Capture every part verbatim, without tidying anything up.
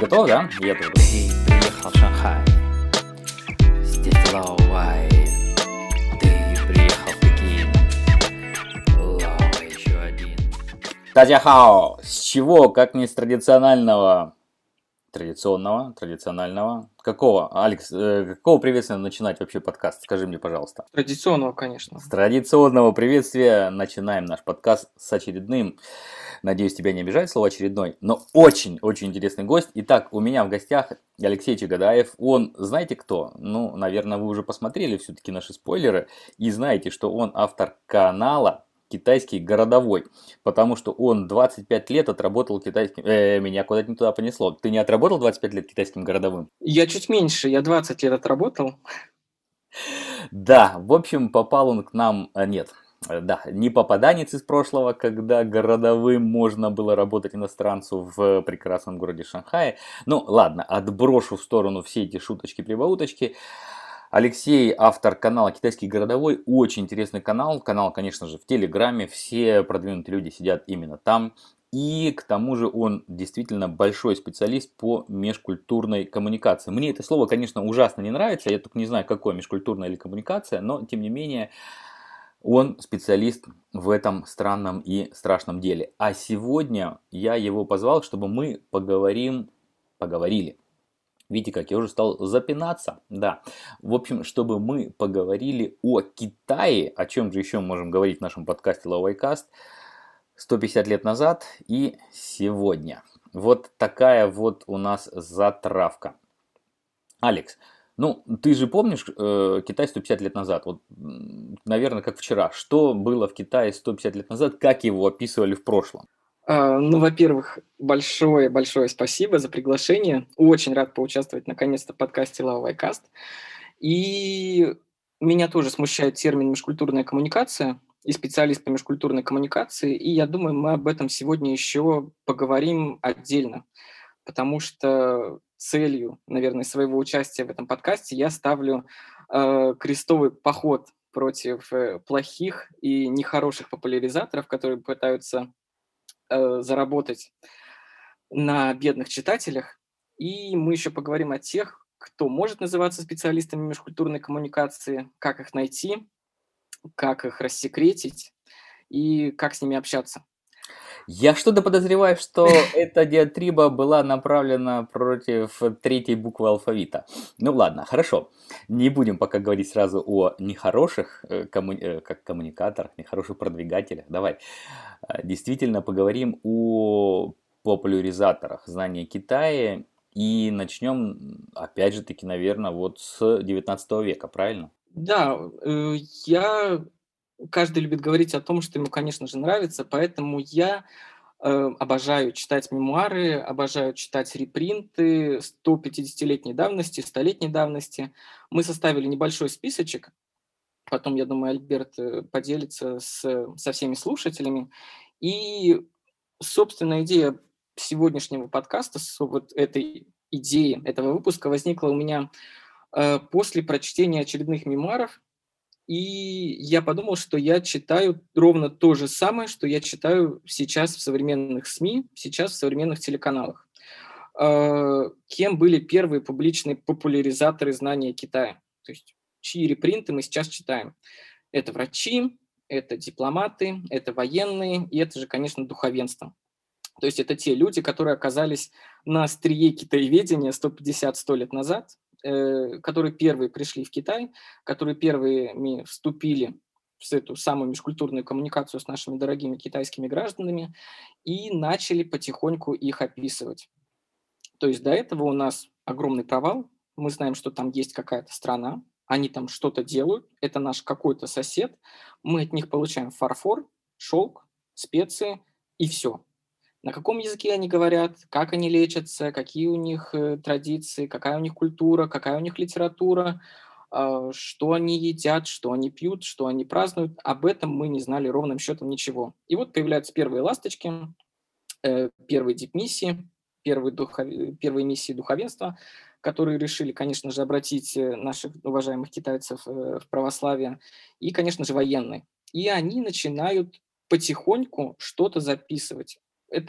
готов, да? Я тоже. Ты приехал в Шанхай, здесь лаовай. Ты приехал в Пекин, лао еще один. Тадяхао! С чего, как не с традиционального, традиционного, традиционального, какого, Алекс, э, какого приветствия начинать вообще подкаст? Скажи мне, пожалуйста. Традиционного, конечно. С традиционного приветствия начинаем наш подкаст с очередным, надеюсь, тебя не обижает слово очередной, но очень-очень интересный гость. Итак, у меня в гостях Алексей Чагодаев. Он, знаете кто? Ну, наверное, вы уже посмотрели все-таки наши спойлеры и знаете, что он автор канала «Китайский городовой», потому что он двадцать пять лет отработал китайским... Э, меня куда-то не туда понесло. Ты не отработал двадцать пять лет китайским городовым? Я чуть меньше, я двадцать лет отработал. Да, в общем, попал он к нам... а, Нет, э, да, не попаданец из прошлого, когда городовым можно было работать иностранцу в прекрасном городе Шанхае. Ну, ладно, отброшу в сторону все эти шуточки-прибауточки. Алексей, автор канала «Китайский городовой», очень интересный канал. Канал, конечно же, в Телеграме, все продвинутые люди сидят именно там. И к тому же он действительно большой специалист по межкультурной коммуникации. Мне это слово, конечно, ужасно не нравится, я только не знаю, какое межкультурная или коммуникация, но тем не менее он специалист в этом странном и страшном деле. А сегодня я его позвал, чтобы мы поговорим, поговорили. Видите, как я уже стал запинаться. Да. В общем, чтобы мы поговорили о Китае, о чем же еще можем говорить в нашем подкасте LaowaiCast, сто пятьдесят лет назад и сегодня. Вот такая вот у нас затравка. Алекс, ну ты же помнишь э, Китай сто пятьдесят лет назад? Вот, наверное, как вчера. Что было в Китае сто пятьдесят лет назад? Как его описывали в прошлом? А, Ну, во-первых, большое-большое спасибо за приглашение. Очень рад поучаствовать наконец-то в подкасте LaowaiCast. И меня тоже смущает термин «межкультурная коммуникация» и специалист по межкультурной коммуникации. И я думаю, мы об этом сегодня еще поговорим отдельно, потому что целью, наверное, своего участия в этом подкасте я ставлю э, крестовый поход против э, плохих и нехороших популяризаторов, которые пытаются э, заработать на бедных читателях. И мы еще поговорим о тех, кто может называться специалистами межкультурной коммуникации, как их найти, как их рассекретить и как с ними общаться. Я что-то подозреваю, что эта диатриба была направлена против третьей буквы алфавита. Ну ладно, хорошо. Не будем пока говорить сразу о нехороших э, комму- э, как коммуникаторах, нехороших продвигателях. Давай э, действительно поговорим о популяризаторах знания Китая. И начнем, опять же таки, наверное, вот с девятнадцатого века, правильно? Да, э, я... Каждый любит говорить о том, что ему, конечно же, нравится, поэтому я э, обожаю читать мемуары, обожаю читать репринты сто пятидесятилетней давности, столетней давности. Мы составили небольшой списочек, потом, я думаю, Альберт э, поделится с, со всеми слушателями. И, собственно, идея сегодняшнего подкаста, с вот этой идеи этого выпуска возникла у меня э, после прочтения очередных мемуаров. И я подумал, что я читаю ровно то же самое, что я читаю сейчас в современных СМИ, сейчас в современных телеканалах. Э, Кем были первые публичные популяризаторы знания Китая? То есть чьи репринты мы сейчас читаем? Это врачи, это дипломаты, это военные, и это же, конечно, духовенство. То есть это те люди, которые оказались на острие китаеведения сто пятьдесят - сто лет назад, э, которые первые пришли в Китай, которые первыми вступили в эту самую межкультурную коммуникацию с нашими дорогими китайскими гражданами и начали потихоньку их описывать. То есть до этого у нас огромный провал. Мы знаем, что там есть какая-то страна, они там что-то делают, это наш какой-то сосед, мы от них получаем фарфор, шелк, специи и все. На каком языке они говорят, как они лечатся, какие у них э, традиции, какая у них культура, какая у них литература, а, что они едят, что они пьют, что они празднуют. Об этом мы не знали ровным счетом ничего. И вот появляются первые ласточки, э, первые дипмиссии, первые, духов- первые миссии духовенства, которые решили, конечно же, обратить э, наших уважаемых китайцев э, в православие, и, конечно же, военные. И они начинают потихоньку что-то записывать. Это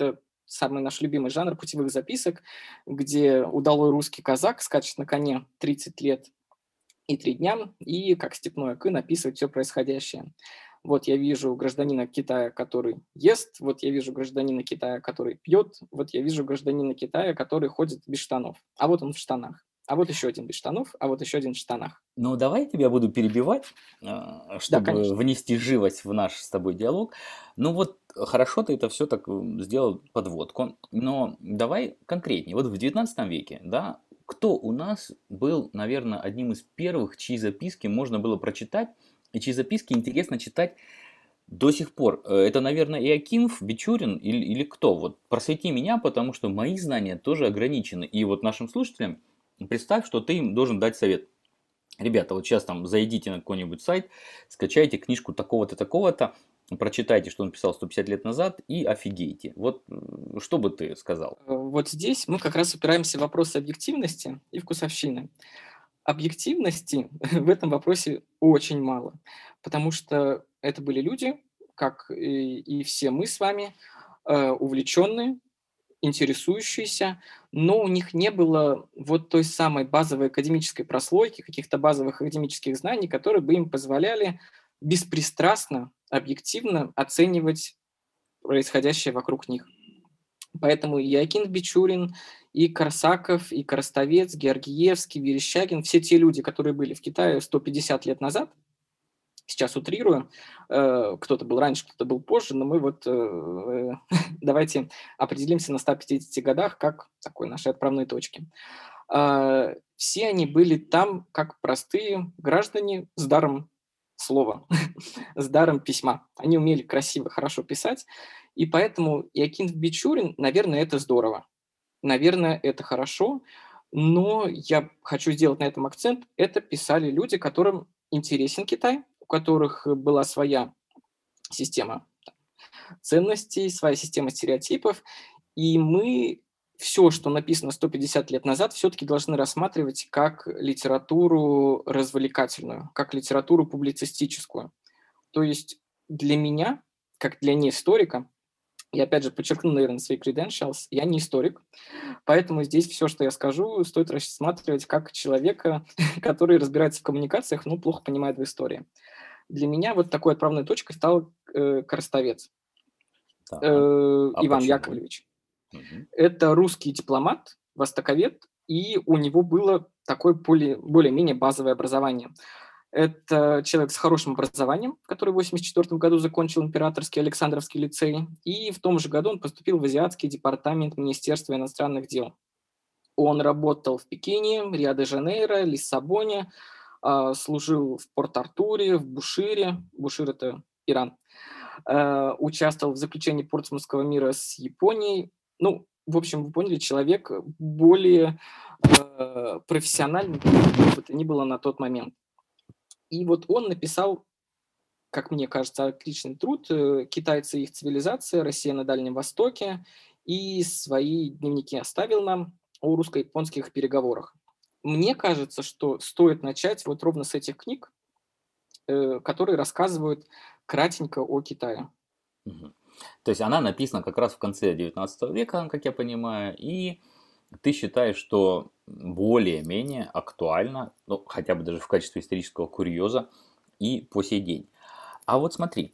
самый наш любимый жанр путевых записок, где удалой русский казак скачет на коне тридцать лет и три дня, и как степной акын описывает все происходящее. Вот я вижу гражданина Китая, который ест, вот я вижу гражданина Китая, который пьет, вот я вижу гражданина Китая, который ходит без штанов, а вот он в штанах, а вот еще один без штанов, а вот еще один в штанах. Ну, давай я тебя буду перебивать, э, Да, чтобы конечно. внести живость в наш с тобой диалог. Ну вот хорошо ты это все так э, сделал подводку, но давай конкретнее. Вот в девятнадцатом веке, да, кто у нас был, наверное, одним из первых, чьи записки можно было прочитать, и чьи записки интересно читать до сих пор? Э, Это, наверное, Иакимов, Бичурин или, или кто? Вот просвети меня, потому что мои знания тоже ограничены. И вот нашим слушателям представь, что ты им должен дать совет. Ребята, вот сейчас там зайдите на какой-нибудь сайт, скачайте книжку такого-то, такого-то, прочитайте, что он писал сто пятьдесят лет назад и офигейте. Вот м, что бы ты сказал? Э, Вот здесь мы как раз упираемся в вопросы объективности и вкусовщины. Объективности в этом вопросе очень мало, потому что это были люди, как и, и все мы с вами, э, увлеченные, интересующиеся, но у них не было вот той самой базовой академической прослойки, каких-то базовых академических знаний, которые бы им позволяли беспристрастно, объективно оценивать происходящее вокруг них. Поэтому и Якин Бичурин, и Корсаков, и Коростовец, Георгиевский, Верещагин, все те люди, которые были в Китае сто пятьдесят лет назад, сейчас утрирую, э, кто-то был раньше, кто-то был позже, но мы вот э, давайте определимся на ста пятидесяти годах как такой нашей отправной точки. А, Все они были там как простые граждане с даром слова, с даром письма. Они умели красиво, хорошо писать, и поэтому Иокинф Бичурин, наверное, это здорово. Наверное, это хорошо, но я хочу сделать на этом акцент. Это писали люди, которым интересен Китай, у которых была своя система ценностей, своя система стереотипов, и мы все, что написано сто пятьдесят лет назад, все-таки должны рассматривать как литературу развлекательную, как литературу публицистическую. То есть для меня, как для неисторика, я опять же подчеркну, наверное, свои credentials, я не историк, поэтому здесь все, что я скажу, стоит рассматривать как человека, который разбирается в коммуникациях, но плохо понимает в истории. Для меня вот такой отправной точкой стал э, Коростовец Так, э, а Иван почему? Яковлевич. Мгм. Это русский дипломат, востоковед, и у него было такое более, более-менее базовое образование. Это человек с хорошим образованием, который в восемьдесят четвёртом году закончил Императорский Александровский лицей, и в том же году он поступил в Азиатский департамент Министерства иностранных дел. Он работал в Пекине, Рио-де-Жанейро, Лиссабоне, а, служил в Порт-Артуре, в Бушире, Бушир – это Иран, э, участвовал в заключении Портсмутского мира с Японией. Ну, в общем, вы поняли, человек более э, профессиональный, чем бы то ни было на тот момент. И вот он написал, как мне кажется, отличный труд э, «Китайцы и их цивилизация. Россия на Дальнем Востоке», и свои дневники оставил нам о русско-японских переговорах. Мне кажется, что стоит начать вот ровно с этих книг, э, которые рассказывают кратенько о Китае. Мгм. То есть она написана как раз в конце девятнадцатого века, как я понимаю, и ты считаешь, что более-менее актуально, ну, хотя бы даже в качестве исторического курьеза и по сей день. А вот смотри,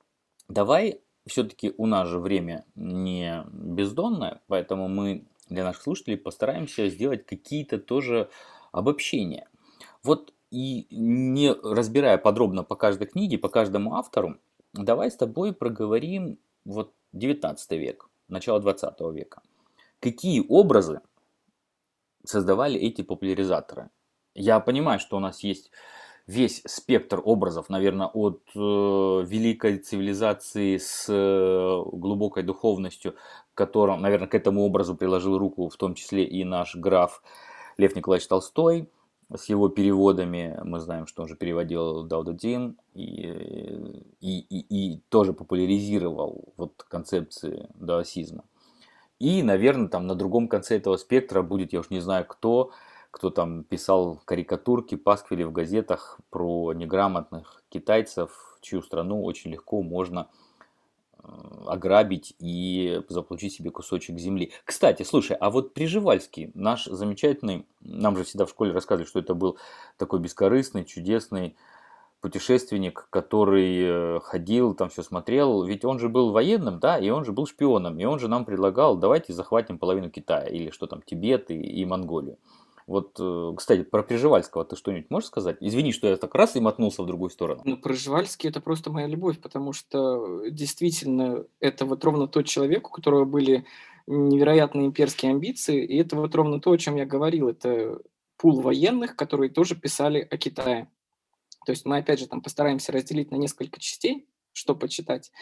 давай все-таки у нас же время не бездонное, поэтому мы для наших слушателей постараемся сделать какие-то тоже обобщения. Вот и не разбирая подробно по каждой книге, по каждому автору, давай с тобой проговорим вот девятнадцатый век, начало двадцатого века. Какие образы создавали эти популяризаторы? Я понимаю, что у нас есть весь спектр образов, наверное, от э, великой цивилизации с э, глубокой духовностью, к которому, наверное, к этому образу приложил руку в том числе и наш граф Лев Николаевич Толстой с его переводами. Мы знаем, что он же переводил Дао Дэ Цзин и, и, и, и тоже популяризировал вот концепции даосизма. И, наверное, там на другом конце этого спектра будет, я уж не знаю кто, кто там писал карикатурки, пасквили в газетах про неграмотных китайцев, чью страну очень легко можно ограбить и заполучить себе кусочек земли. Кстати, слушай, а вот Пржевальский, наш замечательный, нам же всегда в школе рассказывали, что это был такой бескорыстный, чудесный путешественник, который ходил, там все смотрел, ведь он же был военным, да, и он же был шпионом, и он же нам предлагал, давайте захватим половину Китая, или что там, Тибет и, и Монголию. Вот, кстати, про Пржевальского ты что-нибудь можешь сказать? Извини, что я так раз и мотнулся в другую сторону. Ну, Пржевальский – это просто моя любовь, потому что действительно это вот ровно тот человек, у которого были невероятные имперские амбиции, и это вот ровно то, о чем я говорил. Это пул военных, которые тоже писали о Китае. То есть мы, опять же, там постараемся разделить на несколько частей, что почитать,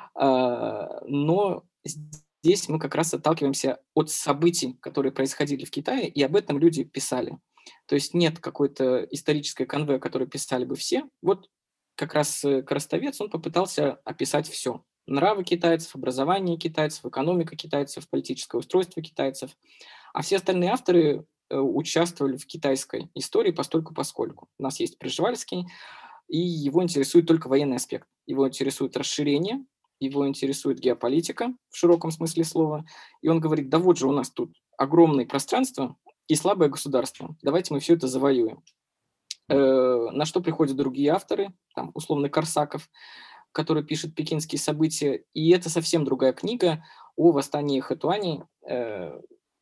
а, но здесь мы как раз отталкиваемся от событий, которые происходили в Китае, и об этом люди писали. То есть нет какой-то исторической канвы, о которой писали бы все. Вот как раз э, Крастовец, он попытался описать все. Нравы китайцев, образование китайцев, экономика китайцев, политическое устройство китайцев. А все остальные авторы э, участвовали в китайской истории постольку-поскольку. У нас есть Пржевальский, и его интересует только военный аспект. Его интересует расширение, его интересует геополитика в широком смысле слова. И он говорит, да вот же у нас тут огромное пространство и слабое государство. Давайте мы все это завоюем. Э, на что приходят другие авторы, там, условно Корсаков, который пишет «Пекинские события». И это совсем другая книга о восстании Хэтуаней. Э,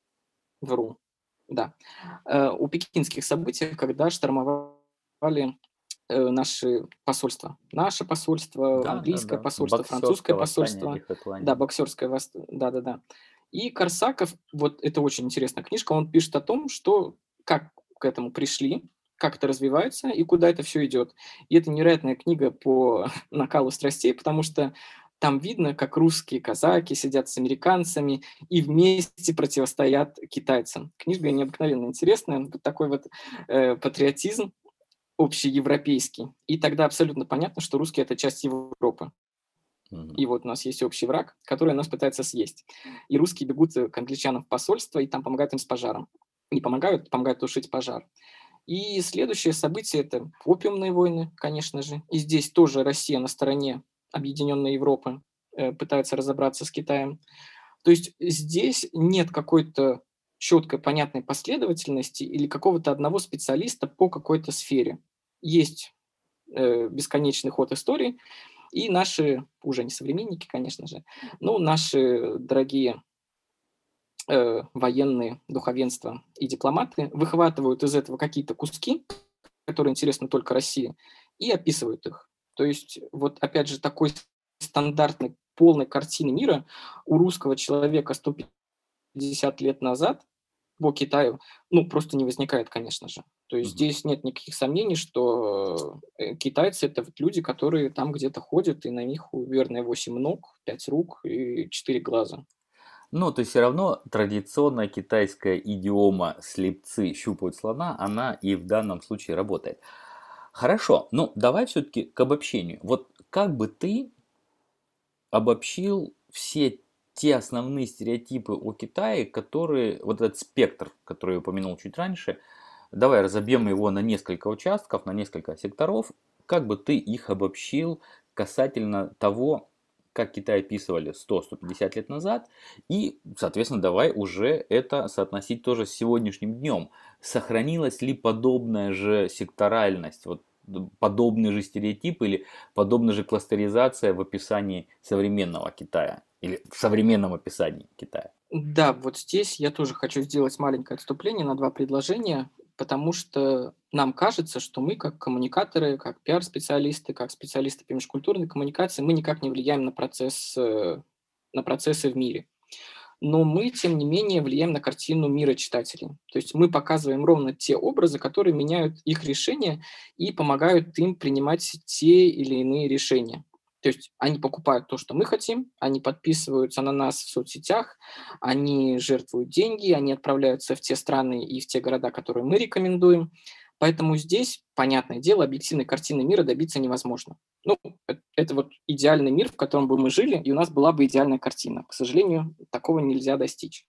вру. Да. Э, о пекинских событиях, когда штурмовали э, наши посольства. Наше посольство, Да, да, английское да. посольство, французское Боксерское восстание посольство. или Хэтуань. Да, боксерское восстание. Да-да-да. И Корсаков, вот это очень интересная книжка, он пишет о том, что как к этому пришли, как это развивается и куда это все идет. И это невероятная книга по накалу страстей, потому что там видно, как русские казаки сидят с американцами и вместе противостоят китайцам. Книжка необыкновенно интересная, вот такой вот э, патриотизм общеевропейский. И тогда абсолютно понятно, что русские – это часть Европы. Мгм. И вот у нас есть общий враг, который нас пытается съесть. И русские бегут к англичанам в посольство, и там помогают им с пожаром. Не помогают, помогают тушить пожар. И следующее событие – это опиумные войны, конечно же. И здесь тоже Россия на стороне объединенной Европы э, пытается разобраться с Китаем. То есть здесь нет какой-то четкой, понятной последовательности или какого-то одного специалиста по какой-то сфере. Есть э, бесконечный ход истории, и наши, уже не современники, конечно же, но наши дорогие э, военные, духовенства и дипломаты выхватывают из этого какие-то куски, которые интересны только России, и описывают их. То есть вот опять же такой стандартной полной картины мира у русского человека сто пятьдесят лет назад по Китаю, ну, просто не возникает, конечно же. То есть Мгм. здесь нет никаких сомнений, что э, китайцы – это вот люди, которые там где-то ходят, и на них, наверное, восемь ног, пять рук и четыре глаза. Ну, то есть все равно традиционная китайская идиома «слепцы щупают слона», она и в данном случае работает. Хорошо, ну давай все-таки к обобщению. Вот как бы ты обобщил все те основные стереотипы о Китае, которые, вот этот спектр, который я упомянул чуть раньше, давай разобьем его на несколько участков, на несколько секторов, как бы ты их обобщил касательно того, как Китай описывали сто - сто пятьдесят лет назад, и, соответственно, давай уже это соотносить тоже с сегодняшним днем. Сохранилась ли подобная же секторальность, вот подобный же стереотип или подобная же кластеризация в описании современного Китая или в современном описании Китая? Да, вот здесь я тоже хочу сделать маленькое отступление на два предложения, потому что нам кажется, что мы как коммуникаторы, как пиар-специалисты, как специалисты по межкультурной коммуникации, мы никак не влияем на процесс, э, на процессы в мире. Но мы, тем не менее, влияем на картину мира читателей. То есть мы показываем ровно те образы, которые меняют их решения и помогают им принимать те или иные решения. То есть они покупают то, что мы хотим, они подписываются на нас в соцсетях, они жертвуют деньги, они отправляются в те страны и в те города, которые мы рекомендуем. Поэтому здесь, понятное дело, объективной картины мира добиться невозможно. Ну, э- это вот идеальный мир, в котором бы мы жили, и у нас была бы идеальная картина. К сожалению, такого нельзя достичь.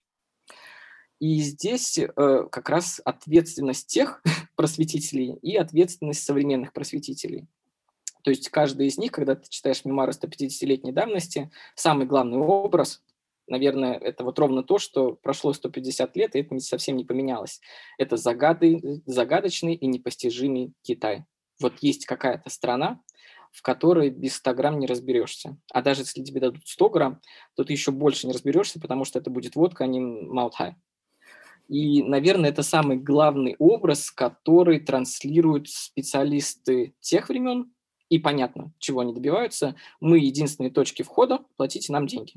И здесь э, как раз ответственность тех просветителей и ответственность современных просветителей. То есть каждый из них, когда ты читаешь мемуары сто пятидесятилетней давности, самый главный образ, наверное, это вот ровно то, что прошло сто пятьдесят лет, и это не- совсем не поменялось. Это загады, загадочный и непостижимый Китай. Вот есть какая-то страна, в которой без ста грамм не разберешься. А даже если тебе дадут сто грамм, то ты еще больше не разберешься, потому что это будет водка, а не Маутхай. И, наверное, это самый главный образ, который транслируют специалисты тех времен. И понятно, чего они добиваются. Мы единственные точки входа, платите нам деньги.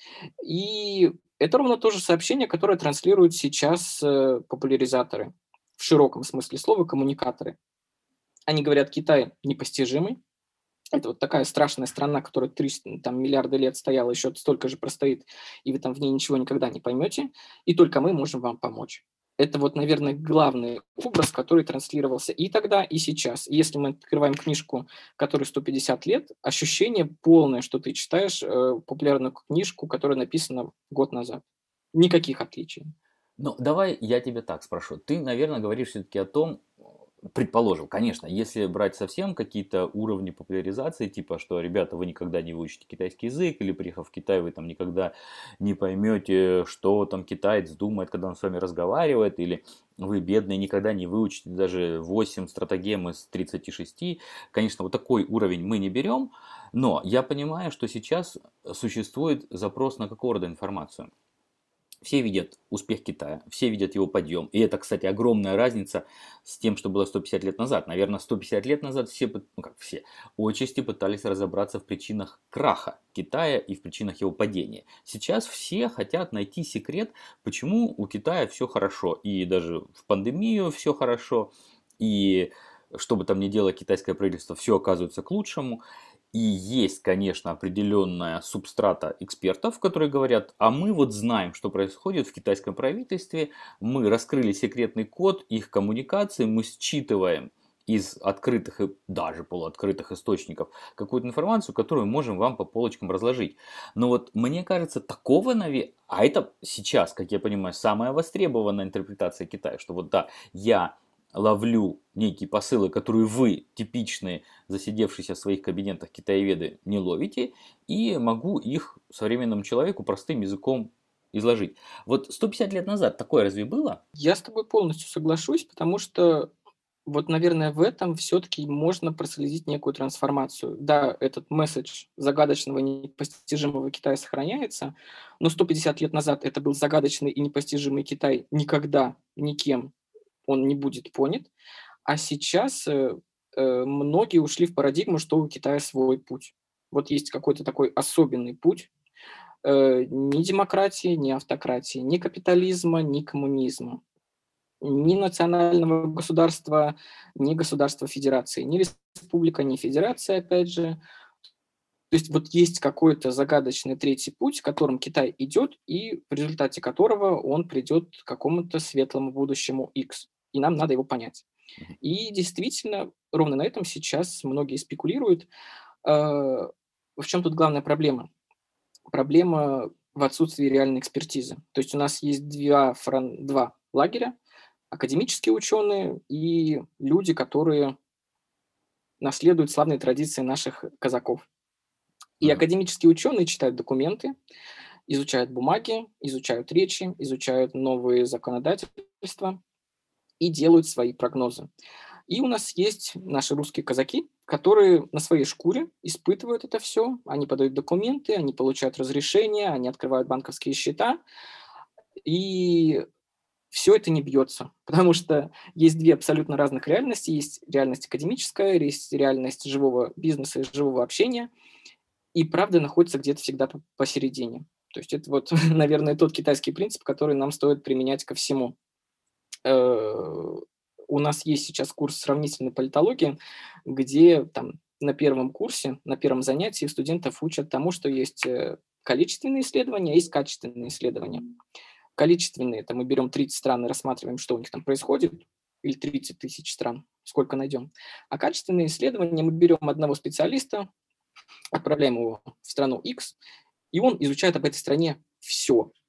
И это ровно то же сообщение, которое транслируют сейчас э, популяризаторы, в широком смысле слова коммуникаторы. Они говорят, Китай непостижимый. Это вот такая страшная страна, которая три там, миллиарда лет стояла, еще столько же простоит, и вы там в ней ничего никогда не поймете, и только мы можем вам помочь. Это вот, наверное, главный образ, который транслировался и тогда, и сейчас. И если мы открываем книжку, которой сто пятьдесят лет, ощущение полное, что ты читаешь э, популярную книжку, которая написана год назад. Никаких отличий. Ну, давай я тебя так спрошу. Ты, наверное, говоришь все-таки о том, предположим, конечно, если брать совсем какие-то уровни популяризации, типа, что, ребята, вы никогда не выучите китайский язык, или приехав в Китай, вы там никогда не поймете, что там китаец думает, когда он с вами разговаривает, или вы, бедные, никогда не выучите даже восемь стратегем из тридцати шести. Конечно, вот такой уровень мы не берем, но я понимаю, что сейчас существует запрос на какого рода информацию. Все видят успех Китая, все видят его подъем. И это, кстати, огромная разница с тем, что было сто пятьдесят лет назад. Наверное, сто пятьдесят лет назад все, ну как все, отчасти пытались разобраться в причинах краха Китая и в причинах его падения. Сейчас все хотят найти секрет, почему у Китая все хорошо. И даже в пандемию все хорошо. И что бы там ни делало китайское правительство, все оказывается к лучшему. И есть, конечно, определенная субстрата экспертов, которые говорят, а мы вот знаем, что происходит в китайском правительстве, мы раскрыли секретный код их коммуникации, мы считываем из открытых и даже полуоткрытых источников какую-то информацию, которую можем вам по полочкам разложить. Но вот мне кажется, такого, наверное, а это сейчас, как я понимаю, самая востребованная интерпретация Китая, что вот да, я ловлю некие посылы, которые вы, типичные, засидевшиеся в своих кабинетах китаеведы, не ловите, и могу их современному человеку простым языком изложить. Вот сто пятьдесят лет назад такое разве было? Я с тобой полностью соглашусь, потому что вот, наверное, в этом все-таки можно проследить некую трансформацию. Да, этот месседж загадочного и непостижимого Китая сохраняется, но сто пятьдесят лет назад это был загадочный и непостижимый Китай никогда никем он не будет понят. А сейчас э, э, многие ушли в парадигму, что у Китая свой путь. Вот есть какой-то такой особенный путь. Э, ни демократии, ни автократии, ни капитализма, ни коммунизма, ни национального государства, ни государства федерации, ни республика, ни федерация, опять же. То есть вот есть какой-то загадочный третий путь, которым Китай идет, и в результате которого он придет к какому-то светлому будущему X. И нам надо его понять. И действительно, ровно на этом сейчас многие спекулируют. Э, В чем тут главная проблема? Проблема в отсутствии реальной экспертизы. То есть у нас есть два, фрон- два лагеря: академические ученые и люди, которые наследуют славные традиции наших казаков. И Мгм. академические ученые читают документы, изучают бумаги, изучают речи, изучают новые законодательства и делают свои прогнозы. И у нас есть наши русские казаки, которые на своей шкуре испытывают это все. Они подают документы, они получают разрешения, они открывают банковские счета, и все это не бьется, потому что есть две абсолютно разных реальности. Есть реальность академическая, есть реальность живого бизнеса и живого общения, и правда находится где-то всегда по- посередине. То есть это вот, наверное, тот китайский принцип, который нам стоит применять ко всему. Э, У нас есть сейчас курс сравнительной политологии, где там на первом курсе, на первом занятии студентов учат тому, что есть э, количественные исследования, а есть качественные исследования. Количественные — это мы берем тридцать стран и рассматриваем, что у них там происходит, или тридцать тысяч стран, сколько найдем. А качественные исследования мы берем одного специалиста, отправляем его в страну X, и он изучает об этой стране все.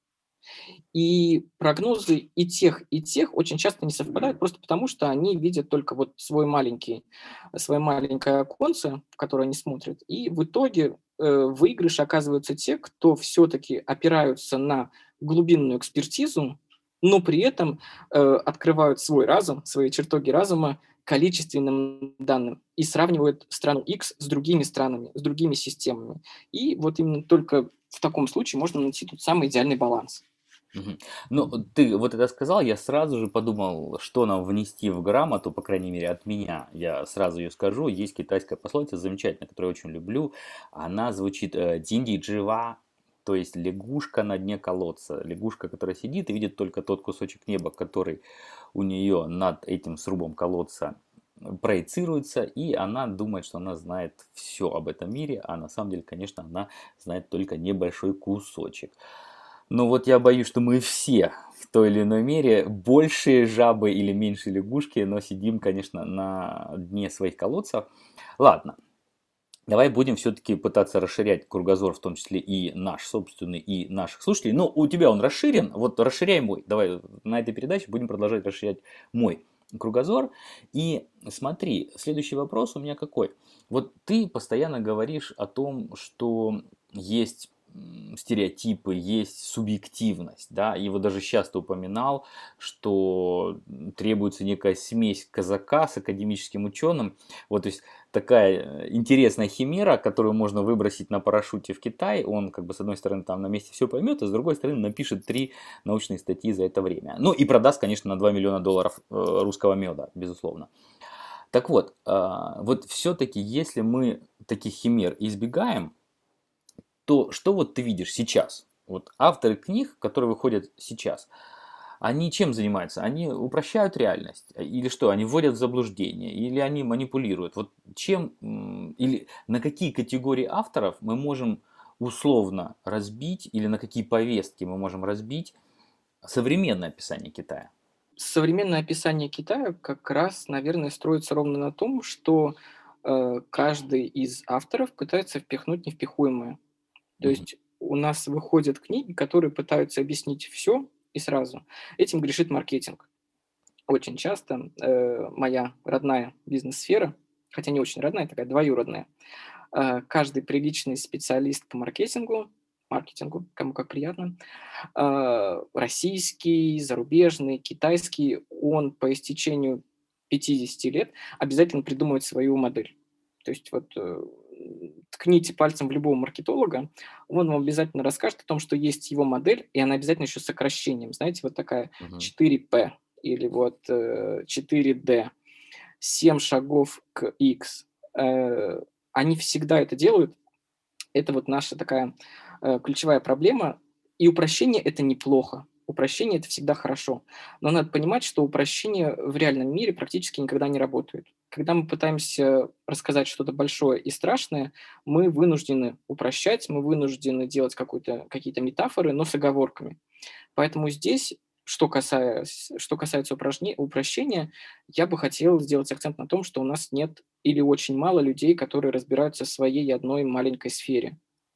И прогнозы и тех, и тех очень часто не совпадают, просто потому что они видят только вот свой маленький, свое маленькое оконце, в которое они смотрят. И в итоге э, в выигрыше оказываются те, кто все-таки опираются на глубинную экспертизу, но при этом э, открывают свой разум, свои чертоги разума количественным данным и сравнивают страну X с другими странами, с другими системами. И вот именно только в таком случае можно найти тот самый идеальный баланс. Мгм. Ну, ты вот это сказал, я сразу же подумал, что нам внести в грамоту, по крайней мере, от меня. Я сразу ее скажу. Есть китайская пословица замечательная, которую я очень люблю. Она звучит э, «динди джива», то есть лягушка на дне колодца. Лягушка, которая сидит и видит только тот кусочек неба, который у нее над этим срубом колодца проецируется, и она думает, что она знает все об этом мире, а на самом деле, конечно, она знает только небольшой кусочек. Ну вот я боюсь, что мы все в той или иной мере большие жабы или меньшие лягушки, но сидим, конечно, на дне своих колодцев. Ладно, давай будем все-таки пытаться расширять кругозор, в том числе и наш собственный, и наших слушателей. Ну, у тебя он расширен, вот расширяй мой. Давай на этой передаче будем продолжать расширять мой кругозор. И смотри, следующий вопрос у меня какой? Вот ты постоянно говоришь о том, что есть стереотипы, есть субъективность, да, и вот даже сейчас ты упоминал, что требуется некая смесь казака с академическим ученым, вот, то есть такая интересная химера, которую можно выбросить на парашюте в Китай, он как бы с одной стороны там на месте все поймет, а с другой стороны напишет три научные статьи за это время, ну и продаст, конечно, на два миллиона долларов русского меда, безусловно. Так вот, вот все-таки, если мы таких химер избегаем, то что вот ты видишь сейчас? Вот авторы книг, которые выходят сейчас, они чем занимаются? Они упрощают реальность? Или что? Они вводят в заблуждение? Или они манипулируют? Вот чем, или на какие категории авторов мы можем условно разбить, или на какие повестки мы можем разбить современное описание Китая? Современное описание Китая как раз, наверное, строится ровно на том, что э, каждый из авторов пытается впихнуть невпихуемое. То Мгм. есть у нас выходят книги, которые пытаются объяснить все и сразу. Этим грешит маркетинг. Очень часто э, моя родная бизнес-сфера, хотя не очень родная, такая двоюродная, э, каждый приличный специалист по маркетингу, маркетингу, кому как приятно, э, российский, зарубежный, китайский, он по истечению пятидесяти лет обязательно придумывает свою модель. То есть вот э, ткните пальцем в любого маркетолога, он вам обязательно расскажет о том, что есть его модель, и она обязательно еще с сокращением. Знаете, вот такая Мгм. четыре пэ или вот э, четыре дэ, семь шагов к X. Э, они всегда это делают. Это вот наша такая э, ключевая проблема. И упрощение – это неплохо. Упрощение – это всегда хорошо. Но надо понимать, что упрощение в реальном мире практически никогда не работает. Когда мы пытаемся рассказать что-то большое и страшное, мы вынуждены упрощать, мы вынуждены делать какую-то, какие-то метафоры, но с оговорками. Поэтому здесь, что, касаясь, что касается упражне- упрощения, я бы хотел сделать акцент на том, что у нас нет или очень мало людей, которые разбираются в своей одной маленькой сфере.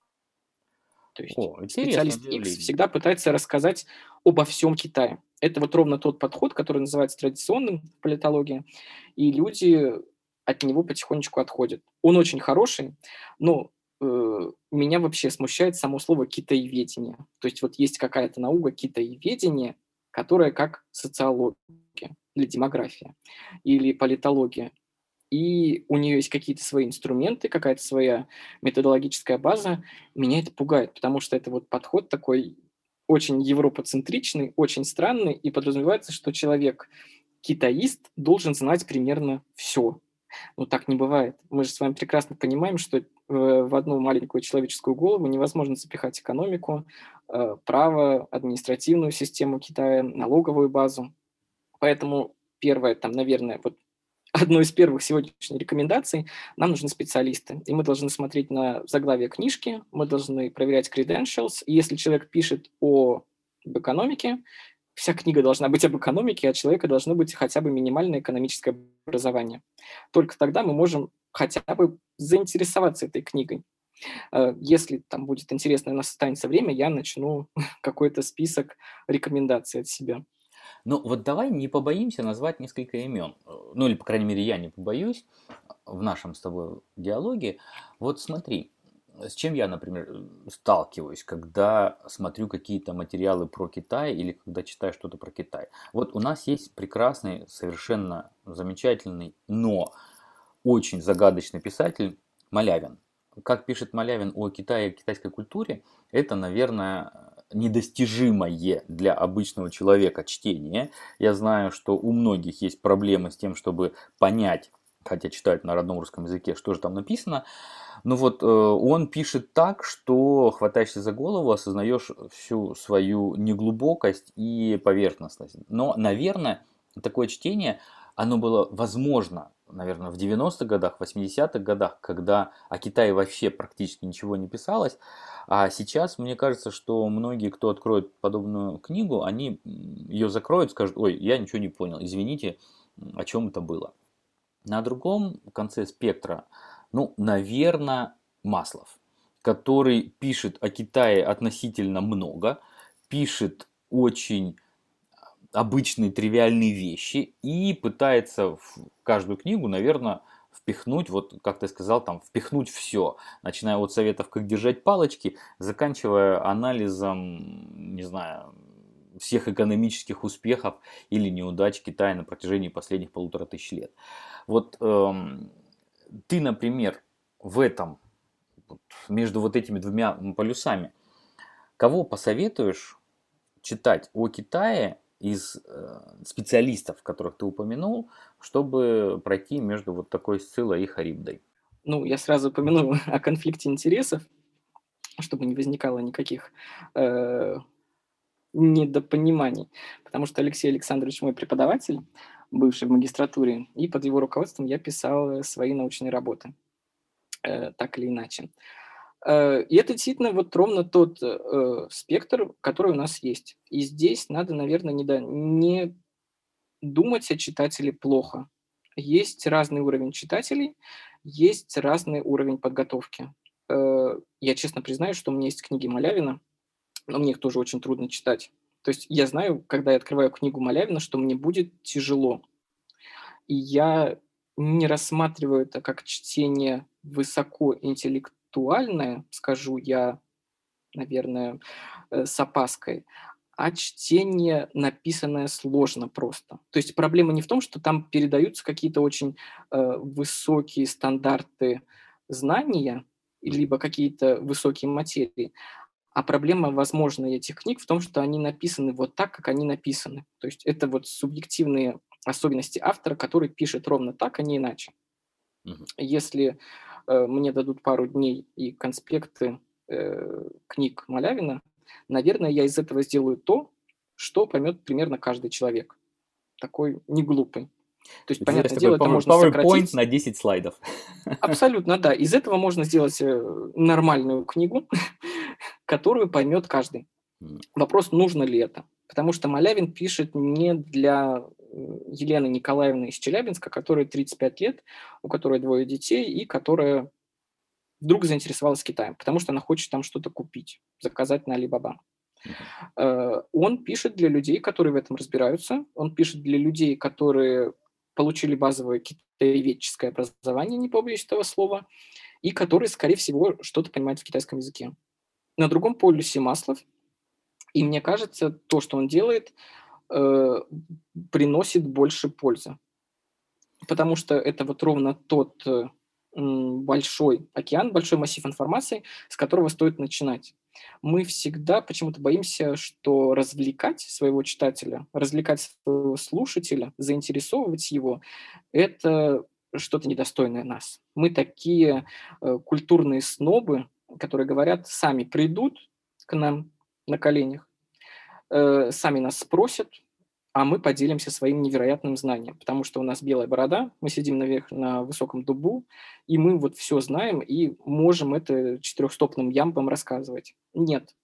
То есть О, интересное специалист X заявление. всегда пытается рассказать обо всем Китае. Это вот ровно тот подход, который называется традиционным в политологии, и люди от него потихонечку отходят. Он очень хороший, но э, меня вообще смущает само слово китаеведение. То есть вот есть какая-то наука китаеведение, которая как социология или демография, или политология. И у нее есть какие-то свои инструменты, какая-то своя методологическая база. Меня это пугает, потому что это вот подход такой очень европоцентричный, очень странный, и подразумевается, что человек китаист должен знать примерно все. Но так не бывает. Мы же с вами прекрасно понимаем, что э, в одну маленькую человеческую голову невозможно запихать экономику, э, право, административную систему Китая, налоговую базу. Поэтому первое, там, наверное, вот одной из первых сегодняшних рекомендаций, нам нужны специалисты. И мы должны смотреть на заглавие книжки, мы должны проверять credentials. И если человек пишет о, об экономике, вся книга должна быть об экономике, а у человека должно быть хотя бы минимальное экономическое образование. Только тогда мы можем хотя бы заинтересоваться этой книгой. Э, Если там будет интересно и у нас останется время, я начну какой-то список рекомендаций от себя. Ну, вот давай не побоимся назвать несколько имен. Э, Ну, или, по крайней мере, я не побоюсь в нашем с тобой диалоге. Вот смотри, с чем я, например, э, сталкиваюсь, когда смотрю какие-то материалы про Китай или когда читаю что-то про Китай. Вот у нас есть прекрасный, совершенно замечательный, но очень загадочный писатель Малявин. Как пишет Малявин о Китае и китайской культуре, это, наверное, недостижимое для обычного человека чтение. Я знаю, что у многих есть проблемы с тем, чтобы понять, хотя читают на родном русском языке, что же там написано. Но вот э, он пишет так, что хватаешься за голову, осознаешь всю свою неглубокость и поверхностность. Но, наверное, такое чтение, оно было возможно, наверное, в девяностых годах, восьмидесятых годах, когда о Китае вообще практически ничего не писалось. А сейчас, мне кажется, что многие, кто откроет подобную книгу, они ее закроют, скажут: ой, я ничего не понял, извините, о чем это было. На другом конце спектра, ну, наверное, Маслов, который пишет о Китае относительно много, пишет очень обычные тривиальные вещи и пытается в каждую книгу, наверное, впихнуть, вот как ты сказал, там, впихнуть все, начиная от советов, как держать палочки, заканчивая анализом, не знаю, всех экономических успехов или неудач Китая на протяжении последних полутора тысяч лет. Вот эм, ты, например, в этом, вот, между вот этими двумя полюсами, кого посоветуешь читать о Китае из э, специалистов, которых ты упомянул, чтобы пройти между вот такой Сциллой и Харибдой? Ну, я сразу упомяну о конфликте интересов, чтобы не возникало никаких э, недопониманий, потому что Алексей Александрович мой преподаватель, бывший в магистратуре, и под его руководством я писал э, свои научные работы, э, так или иначе. Э, И это действительно вот ровно тот э, спектр, который у нас есть. И здесь надо, наверное, не, до- не думать о читателе плохо. Есть разный уровень читателей, есть разный уровень подготовки. Э, Я честно признаюсь, что у меня есть книги Малявина, но мне их тоже очень трудно читать. То есть я знаю, когда я открываю книгу Малявина, что мне будет тяжело. И я не рассматриваю это как чтение высокоинтеллектуальное, скажу я, наверное, э, с опаской, а чтение, написанное сложно просто. То есть проблема не в том, что там передаются какие-то очень э, высокие стандарты знания, либо какие-то высокие материи, а проблема, возможно, этих книг в том, что они написаны вот так, как они написаны. То есть это вот субъективные особенности автора, который пишет ровно так, а не иначе. Мгм. Если э, мне дадут пару дней и конспекты э, книг Малявина, наверное, я из этого сделаю то, что поймет примерно каждый человек. Такой не глупый. То есть, То есть понятное такой дело, это Power- можно PowerPoint сократить. на десять слайдов. Абсолютно, да. Из этого можно сделать э, нормальную книгу, которую поймет каждый. М. Вопрос, нужно ли это. Потому что Малявин пишет не для м, Елены Николаевны из Челябинска, которой тридцать пять лет, у которой двое детей, и которая вдруг заинтересовалась Китаем, потому что она хочет там что-то купить, заказать на Alibaba. Мгм. Э, Он пишет для людей, которые в этом разбираются. Он пишет для людей, которые получили базовое китаеведческое образование, не побоюсь этого слова, и которые, скорее всего, что-то понимают в китайском языке. На другом полюсе Маслов, и мне кажется, то, что он делает, э, приносит больше пользы. Потому что это вот ровно тот э, м, большой океан, большой массив информации, с которого стоит начинать. Мы всегда почему-то боимся, что развлекать своего читателя, развлекать своего слушателя, заинтересовывать его — это что-то недостойное нас. Мы такие э, культурные снобы, которые говорят, сами придут к нам на коленях, э, сами нас спросят, а мы поделимся своим невероятным знанием, потому что у нас белая борода, мы сидим наверх на высоком дубу, и мы вот все знаем и можем это четырехстопным ямбом рассказывать. Нет.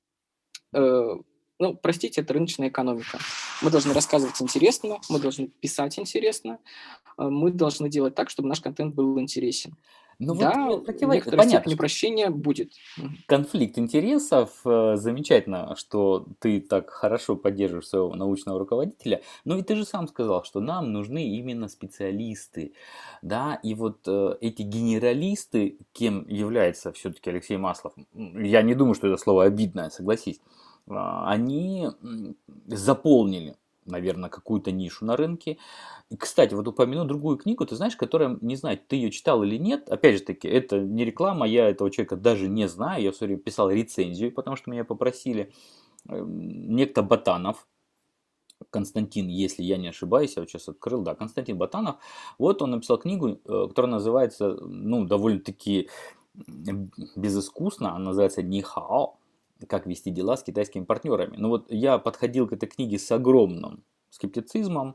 Э, ну, простите, это рыночная экономика. Мы должны рассказывать интересно, мы должны писать интересно, э, мы должны делать так, чтобы наш контент был интересен. Ну вот Да, э, в противо... некоторой понятно, степени что упрощения будет. Мгм. конфликт интересов, э, замечательно, что ты так хорошо поддерживаешь своего научного руководителя, но ведь ты же сам сказал, что нам нужны именно специалисты, да, и вот э, эти генералисты, кем является все-таки Алексей Маслов, м, я не думаю, что это слово обидное, согласись, а, они м, заполнили, наверное, какую-то нишу на рынке. И, кстати, вот упомяну другую книгу, ты знаешь, которая, не знаю, ты ее читал или нет. Опять же таки, это не реклама, я этого человека даже не знаю. Я все время писал рецензию, потому что меня попросили. Эм, Некто Ботанов, Константин, если я не ошибаюсь, я вот сейчас открыл, да, Константин Ботанов. Вот он написал книгу, э, которая называется, ну, довольно-таки м, безыскусно, она называется «Нихао. Как вести дела с китайскими партнерами». Ну вот я подходил к этой книге с огромным скептицизмом,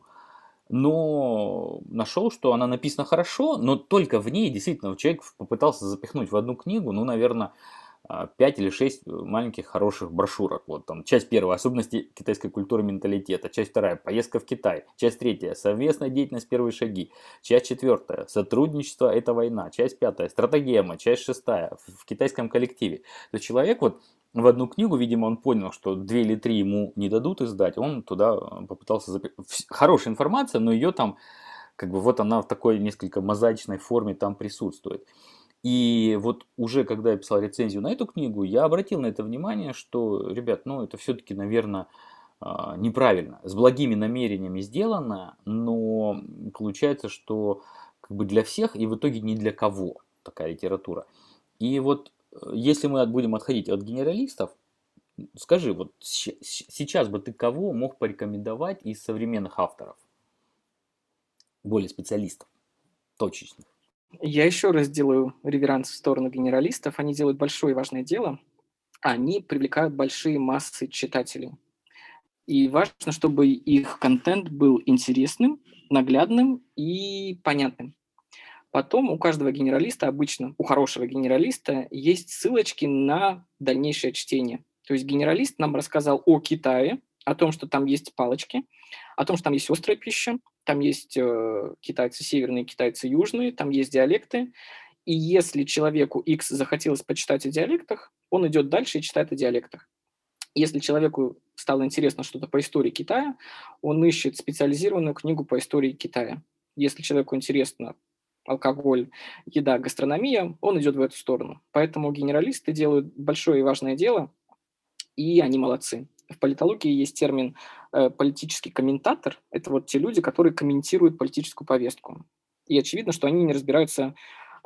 но нашел, что она написана хорошо, но только в ней действительно человек попытался запихнуть в одну книгу, ну, наверное, пять или шесть маленьких хороших брошюрок. Вот там часть первая — особенности китайской культуры и менталитета. Часть вторая — поездка в Китай. Часть третья — совместная деятельность, первые шаги. Часть четвертая — сотрудничество — это война. Часть пятая — стратегема. Часть шестая — в китайском коллективе. То есть человек вот в одну книгу, видимо, он понял, что две или три ему не дадут издать, он туда попытался запихнуть. Хорошая информация, но ее там, как бы вот она в такой несколько мозаичной форме там присутствует. И вот уже когда я писал рецензию на эту книгу, я обратил на это внимание, что, ребят, ну это все-таки, наверное, неправильно. С благими намерениями сделано, но получается, что как бы для всех и в итоге ни для кого такая литература. И вот э, если мы будем отходить от генералистов, скажи, вот щ- щ- сейчас бы ты кого мог порекомендовать из современных авторов, более специалистов, точечных? Я еще раз делаю реверанс в сторону генералистов. Они делают большое и важное дело. Они привлекают большие массы читателей. И важно, чтобы их контент был интересным, наглядным и понятным. Потом у каждого генералиста, обычно у хорошего генералиста, есть ссылочки на дальнейшее чтение. То есть генералист нам рассказал о Китае, о том, что там есть палочки, о том, что там есть острая пища, там есть э, китайцы северные, китайцы южные, там есть диалекты. И если человеку X захотелось почитать о диалектах, он идет дальше и читает о диалектах. Если человеку стало интересно что-то по истории Китая, он ищет специализированную книгу по истории Китая. Если человеку интересно алкоголь, еда, гастрономия, он идет в эту сторону. Поэтому генералисты делают большое и важное дело, и они молодцы. В политологии есть термин э, политический комментатор. Это вот те люди, которые комментируют политическую повестку. И очевидно, что они не разбираются э,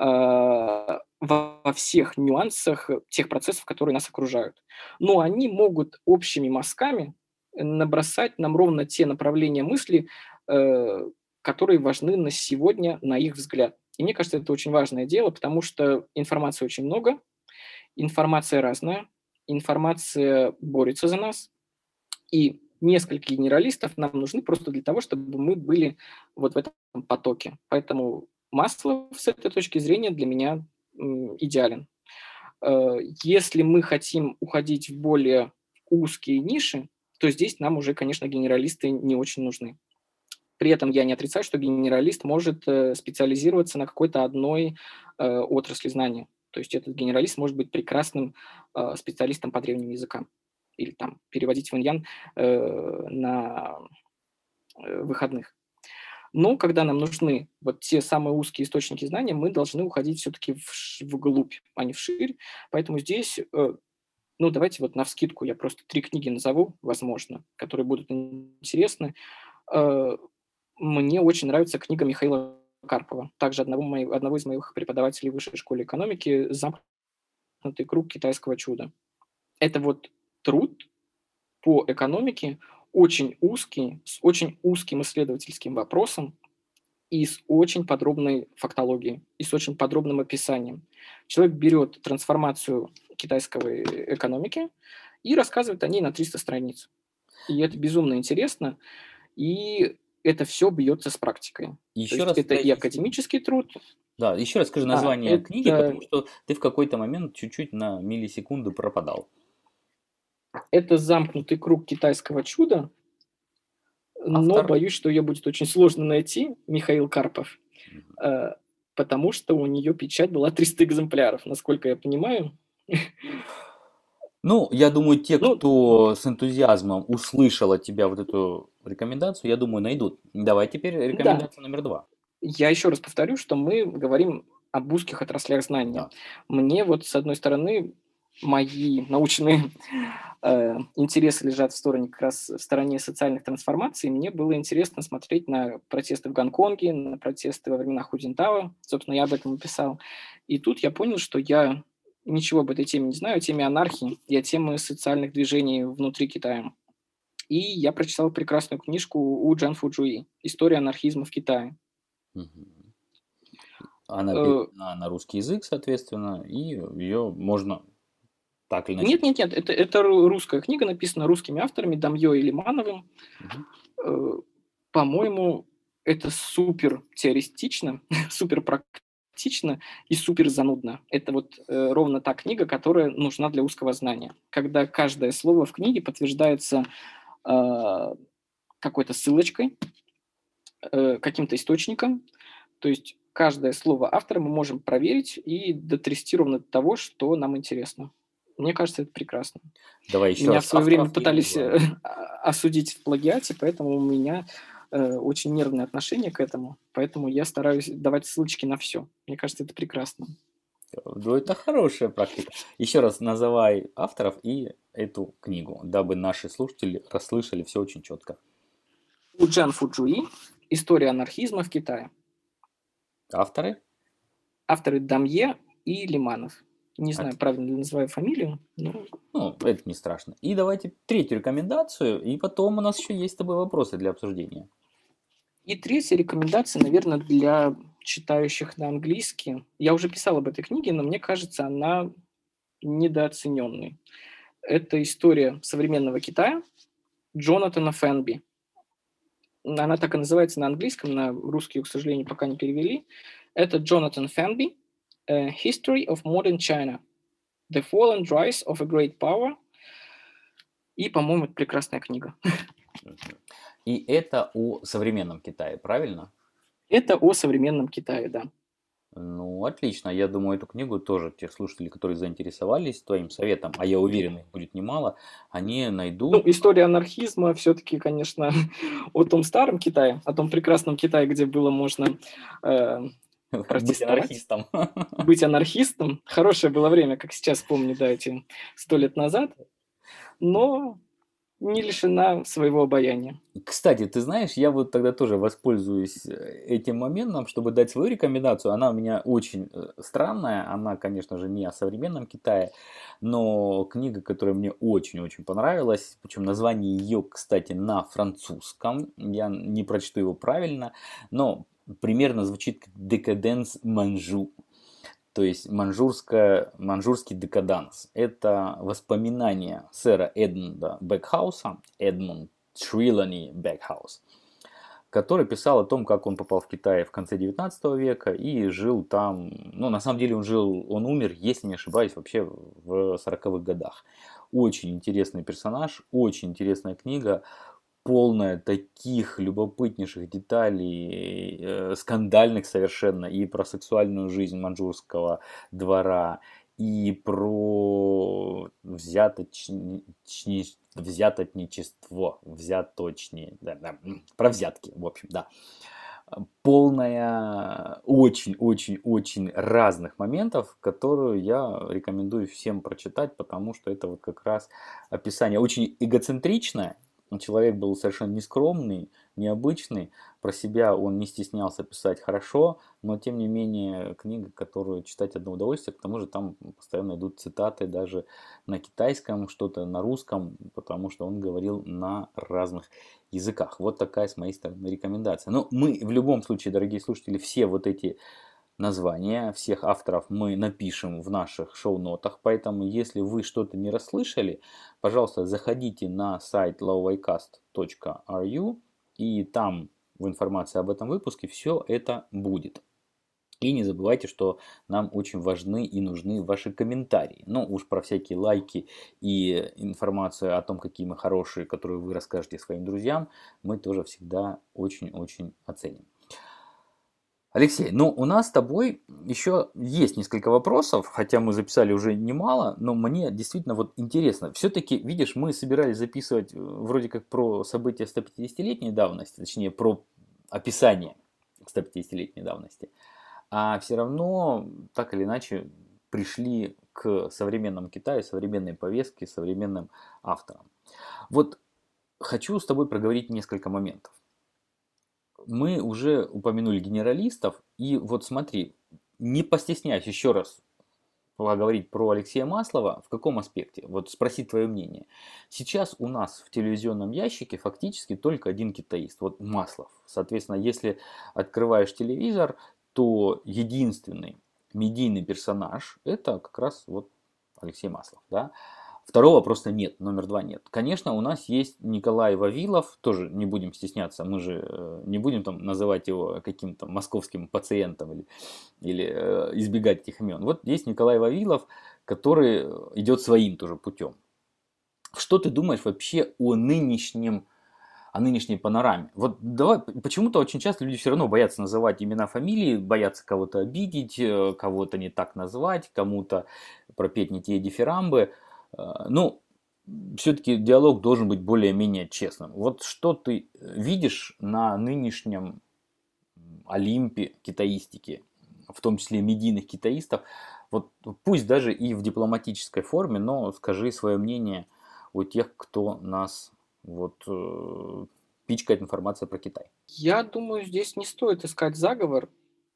во всех нюансах тех процессов, которые нас окружают. Но они могут общими мазками набросать нам ровно те направления мысли, э, которые важны на сегодня, на их взгляд. И мне кажется, это очень важное дело, потому что информации очень много, информация разная, информация борется за нас, и несколько генералистов нам нужны просто для того, чтобы мы были вот в этом потоке. Поэтому Маслов с этой точки зрения для меня м, идеален. Э, Если мы хотим уходить в более узкие ниши, то здесь нам уже, конечно, генералисты не очень нужны. При этом я не отрицаю, что генералист может э, специализироваться на какой-то одной э, отрасли знания. То есть этот генералист может быть прекрасным э, специалистом по древним языкам или там переводить ваньян э, на э, выходных. Но когда нам нужны вот те самые узкие источники знания, мы должны уходить все-таки в, вглубь, а не вширь. Поэтому здесь, э, ну давайте вот навскидку я просто три книги назову, возможно, которые будут интересны. Э, Мне очень нравится книга Михаила Карпова, также одного, моего, одного из моих преподавателей в высшей школе экономики «Замкнутый круг китайского чуда». Это вот труд по экономике, очень узкий, с очень узким исследовательским вопросом и с очень подробной фактологией, и с очень подробным описанием. Человек берет трансформацию китайской экономики и рассказывает о ней на триста страниц. И это безумно интересно, и это все бьется с практикой. То Еще есть раз это и произнеси. академический труд, Да, еще раз скажи а название книги, это, потому что ты в какой-то момент чуть-чуть на миллисекунду пропадал. это замкнутый круг китайского чуда, но Автор? боюсь, что ее будет очень сложно найти, Михаил Карпов. Мгм. Э, потому что у нее печать была триста экземпляров, насколько я понимаю. Ну, я думаю, те, Ну, кто с энтузиазмом услышал от тебя вот эту рекомендацию, я думаю, найдут. Давай теперь да, рекомендация номер два. я еще раз повторю, что мы говорим об узких отраслях знания. Да. Мне вот, с одной стороны, мои научные э, интересы лежат в стороне как раз в стороне социальных трансформаций. Мне было интересно смотреть на протесты в Гонконге, на протесты во времена Худинтао. Собственно, я об этом и писал. И тут я понял, что я ничего об этой теме не знаю, о теме анархии и о теме социальных движений внутри Китая. И я прочитал прекрасную книжку у Джан Фуджуи «История анархизма в Китае». Мгм. Она Э, переведена на русский язык, соответственно, и ее можно так или иначе Нет, нет, читать. нет, это, это ру- русская книга, написана русскими авторами Дамьё и Лимановым. Мгм. Э, По-моему, это супер теоретично, супер практично и супер занудно. Это вот э, ровно та книга, которая нужна для узкого знания. Когда каждое слово в книге подтверждается э, какой-то ссылочкой, э, каким-то источником. То есть каждое слово автора мы можем проверить и дотрясти ровно до того, что нам интересно. Мне кажется, это прекрасно. Давай еще Меня в раз свое время авторов и пытались э, название. осудить в плагиате, поэтому у меня э, очень нервное отношение к этому. Поэтому я стараюсь давать ссылочки на все. Мне кажется, это прекрасно. Ну, это хорошая практика. Еще раз называй авторов и эту книгу, дабы наши слушатели расслышали все очень четко. У Джан Фуджуи «История анархизма в Китае». Авторы? Авторы Дамье и Лиманов. Не знаю, От- правильно ли называю фамилию, но Ну, это не страшно. И давайте третью рекомендацию, и потом у нас еще есть с тобой вопросы для обсуждения. И третья рекомендация, наверное, для читающих на английский. Я уже писал об этой книге, но мне кажется, она недооцененной. Это история современного Китая Джонатана Фенби. Она так и называется на английском, на русский, к сожалению, пока не перевели. Это Джонатан Фенби, э, History of Modern China, The Fall and Rise of a Great Power. И, по-моему, это прекрасная книга. Мгм. И это о современном Китае, правильно? Это о современном Китае, да. Ну, отлично. Я думаю, эту книгу тоже тех слушателей, которые заинтересовались твоим советом, а я уверен, их будет немало, они Ну, найдут. история анархизма все-таки, конечно, о том старом Китае, о том прекрасном Китае, где было можно э, Быть протестовать, анархистом. быть анархистом. Хорошее было время, как сейчас помню, да, эти сто лет назад, но не лишена своего обаяния. Кстати, ты знаешь, я вот тогда тоже воспользуюсь э, этим моментом, чтобы дать свою рекомендацию. Она у меня очень э, странная, она, конечно же, не о современном Китае, но книга, которая мне очень-очень понравилась, причем название ее, кстати, на французском, я не прочту его правильно, но примерно звучит как «Декаденс Манжу». То есть манжурская, манжурский декаданс. Это воспоминания сэра Эдмунда Бекхауса, Эдмунд Трилани Бекхаус, который писал о том, как он попал в Китай в конце девятнадцатого века и жил там. Ну, на самом деле он жил, он умер, если не ошибаюсь, вообще в сороковых годах. Очень интересный персонаж, очень интересная книга, полная таких любопытнейших деталей, э, скандальных совершенно, и про сексуальную жизнь маньчжурского двора, и про взяточни, взяточничество, взяточнее, да, да, про взятки, в общем, да. Полная очень-очень-очень разных моментов, которую я рекомендую всем прочитать, потому что это вот как раз описание очень эгоцентричное. Человек был совершенно нескромный, необычный, про себя он не стеснялся писать хорошо, но тем не менее книга, которую читать одно удовольствие, к тому же там постоянно идут цитаты даже на китайском, что-то на русском, потому что он говорил на разных языках. Вот такая с моей стороны рекомендация. Но мы в любом случае, дорогие слушатели, все вот эти названия всех авторов мы напишем в наших шоу-нотах, поэтому если вы что-то не расслышали, пожалуйста, заходите на сайт ловайкаст точка ру, и там в информации об этом выпуске все это будет. И не забывайте, что нам очень важны и нужны ваши комментарии. Ну, уж про всякие лайки и информацию о том, какие мы хорошие, которую вы расскажете своим друзьям, мы тоже всегда очень-очень оценим. Алексей, ну у нас с тобой еще есть несколько вопросов, хотя мы записали уже немало, но мне действительно вот интересно. Все-таки, видишь, мы собирались записывать э, вроде как про события сто пятидесятилетней давности, точнее про описание сто пятидесятилетней давности, а все равно так или иначе пришли к современному Китаю, современной повестке, современным авторам. Вот хочу с тобой проговорить несколько моментов. Мы уже упомянули генералистов, и вот смотри, не постесняюсь еще раз поговорить про Алексея Маслова. В каком аспекте? Вот спросить твое мнение. Сейчас у нас в телевизионном ящике фактически только один китаист, вот Маслов. Соответственно, если открываешь телевизор, то единственный медийный персонаж это как раз вот Алексей Маслов, да? Второго просто нет, номер два нет. Конечно, у нас есть Николай Вавилов, тоже не будем стесняться, мы же э, не будем там называть его каким-то московским пациентом или, или э, избегать этих имен. Вот есть Николай Вавилов, который идет своим тоже путем. Что ты думаешь вообще о нынешнем, о нынешней панораме? Вот давай, почему-то очень часто люди все равно боятся называть имена, фамилии, боятся кого-то обидеть, э, кого-то не так назвать, кому-то пропеть не те дифирамбы. Ну, все-таки диалог должен быть более-менее честным. Вот что ты видишь на нынешнем Олимпе китаистики, в том числе медийных китаистов, вот пусть даже и в дипломатической форме, но скажи свое мнение о тех, кто нас вот э, пичкает информацией про Китай. Я думаю, здесь не стоит искать заговор,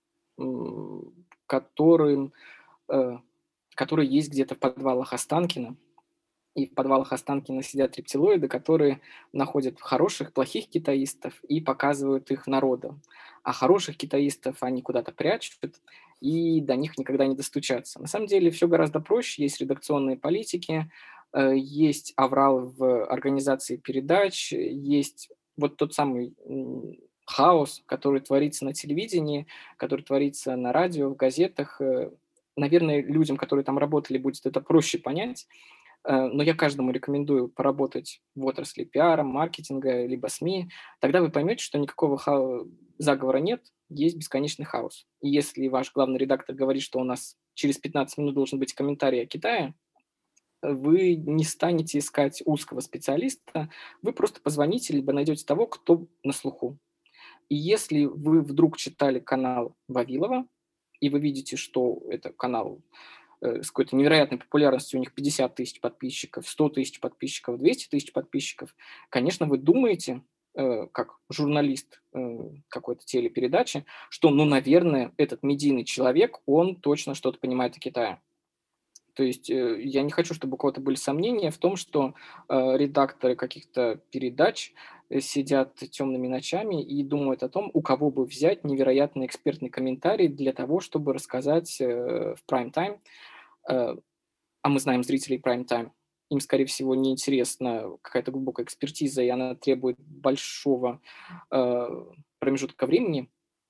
который, э, который есть где-то в подвалах Останкино. И в подвалах Останкино сидят рептилоиды, которые находят хороших, плохих китаистов и показывают их народу. А хороших китаистов они куда-то прячут, и до них никогда не достучаться. На самом деле все гораздо проще. Есть редакционные политики, э, есть аврал в организации передач, есть вот тот самый м, хаос, который творится на телевидении, который творится на радио, в газетах. Э, Наверное, людям, которые там работали, будет это проще понять. Э, но я каждому рекомендую поработать в отрасли пиара, маркетинга, либо СМИ. Тогда вы поймете, что никакого хау- заговора нет, есть бесконечный хаос. И если ваш главный редактор говорит, что у нас через пятнадцать минут должен быть комментарий о Китае, э, вы не станете искать узкого специалиста, вы просто позвоните, либо найдете того, кто на слуху. И если вы вдруг читали канал Вавилова, и вы видите, что это канал э, с какой-то невероятной популярностью, у них пятьдесят тысяч подписчиков, сто тысяч подписчиков, двести тысяч подписчиков, конечно, вы думаете, э, как журналист э, какой-то телепередачи, что, ну, наверное, этот медийный человек, он точно что-то понимает о Китае. То есть э, я не хочу, чтобы у кого-то были сомнения в том, что э, редакторы каких-то передач э, сидят темными ночами и думают о том, у кого бы взять невероятный экспертный комментарий для того, чтобы рассказать э, в прайм-тайм. Э, а мы знаем зрителей прайм-тайм. Им, скорее всего, неинтересна какая-то глубокая экспертиза, и она требует большого э, промежутка времени.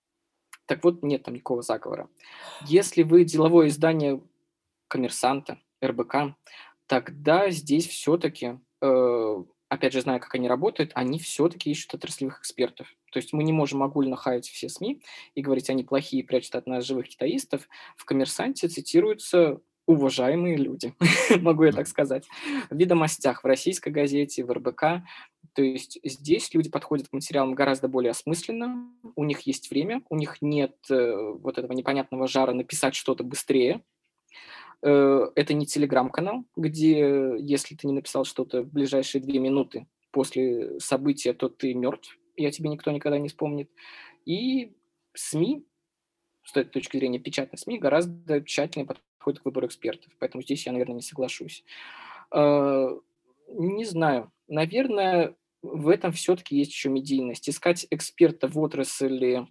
Так вот, нет там никакого заговора. Если вы деловое издание Коммерсанта, эр бэ ка, тогда здесь все-таки, э, опять же, зная, как они работают, они все-таки ищут отраслевых экспертов. То есть мы не можем огульно хаять все СМИ и говорить, они плохие, прячут от нас живых китаистов. В «Коммерсанте» цитируются уважаемые люди, могу я так сказать, в «Ведомостях», в «Российской газете», в эр бэ ка. То есть здесь люди подходят к материалам гораздо более осмысленно, у них есть время, у них нет э, вот этого непонятного жара написать что-то быстрее. Э, Это не телеграм-канал, где если ты не написал что-то в ближайшие две минуты после события, то ты мертв, и о тебе никто никогда не вспомнит. И СМИ, с этой точки зрения печатных СМИ, гораздо тщательнее подходят к выбору экспертов. Поэтому здесь я, наверное, не соглашусь. Э, Не знаю. Наверное, в этом все-таки есть еще медийность. Искать эксперта в отрасли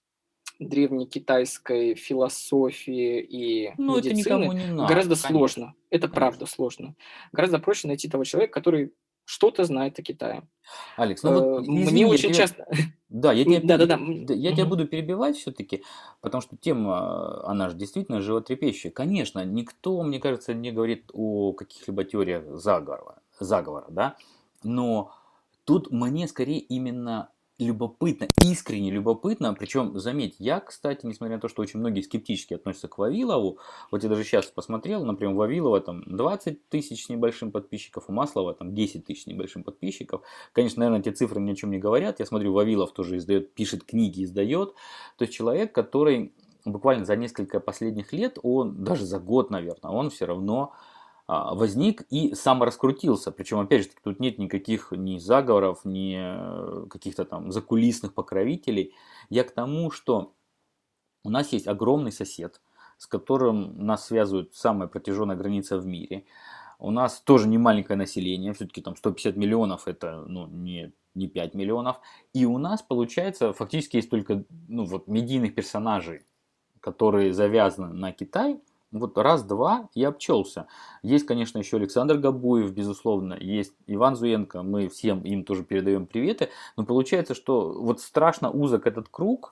древнекитайской философии и Ну, это никому медицины не надо, гораздо конечно, сложно. Это конечно. правда сложно. Гораздо проще найти того человека, который что-то знает о Китае. Алекс, ну вот Э, Мне извини, я очень тебя, часто... да, я тебя, М, пе- Да-да-да. я, м, да, я тебя мгм. буду перебивать все-таки, потому что тема, э, она же действительно животрепещущая. Конечно, никто, мне кажется, не говорит о каких-либо теориях заговора, заговора, да, но тут мне скорее именно любопытно, искренне любопытно. Причем, заметь, я, кстати, несмотря на то, что очень многие скептически относятся к Вавилову, вот я даже сейчас посмотрел, например, у Вавилова там двадцать тысяч с небольшим подписчиков, у Маслова там десять тысяч с небольшим подписчиков. Конечно, наверное, эти цифры ни о чем не говорят. Я смотрю, Вавилов тоже издает, пишет книги, издает. То есть человек, который буквально за несколько последних лет, он даже за год, наверное, он все равно возник и сам раскрутился. Причем, опять же, тут нет никаких ни заговоров, ни каких-то там закулисных покровителей. Я к тому, что у нас есть огромный сосед, с которым нас связывает самая протяженная граница в мире. У нас тоже не маленькое население, все-таки там сто пятьдесят миллионов, это ну, не, не пять миллионов. И у нас, получается, фактически есть только ну, вот, медийных персонажей, которые завязаны на Китай. Вот раз-два и обчелся. Есть, конечно, еще Александр Габуев, безусловно. Есть Иван Зуенко. Мы всем им тоже передаем приветы. Но получается, что вот страшно узок этот круг.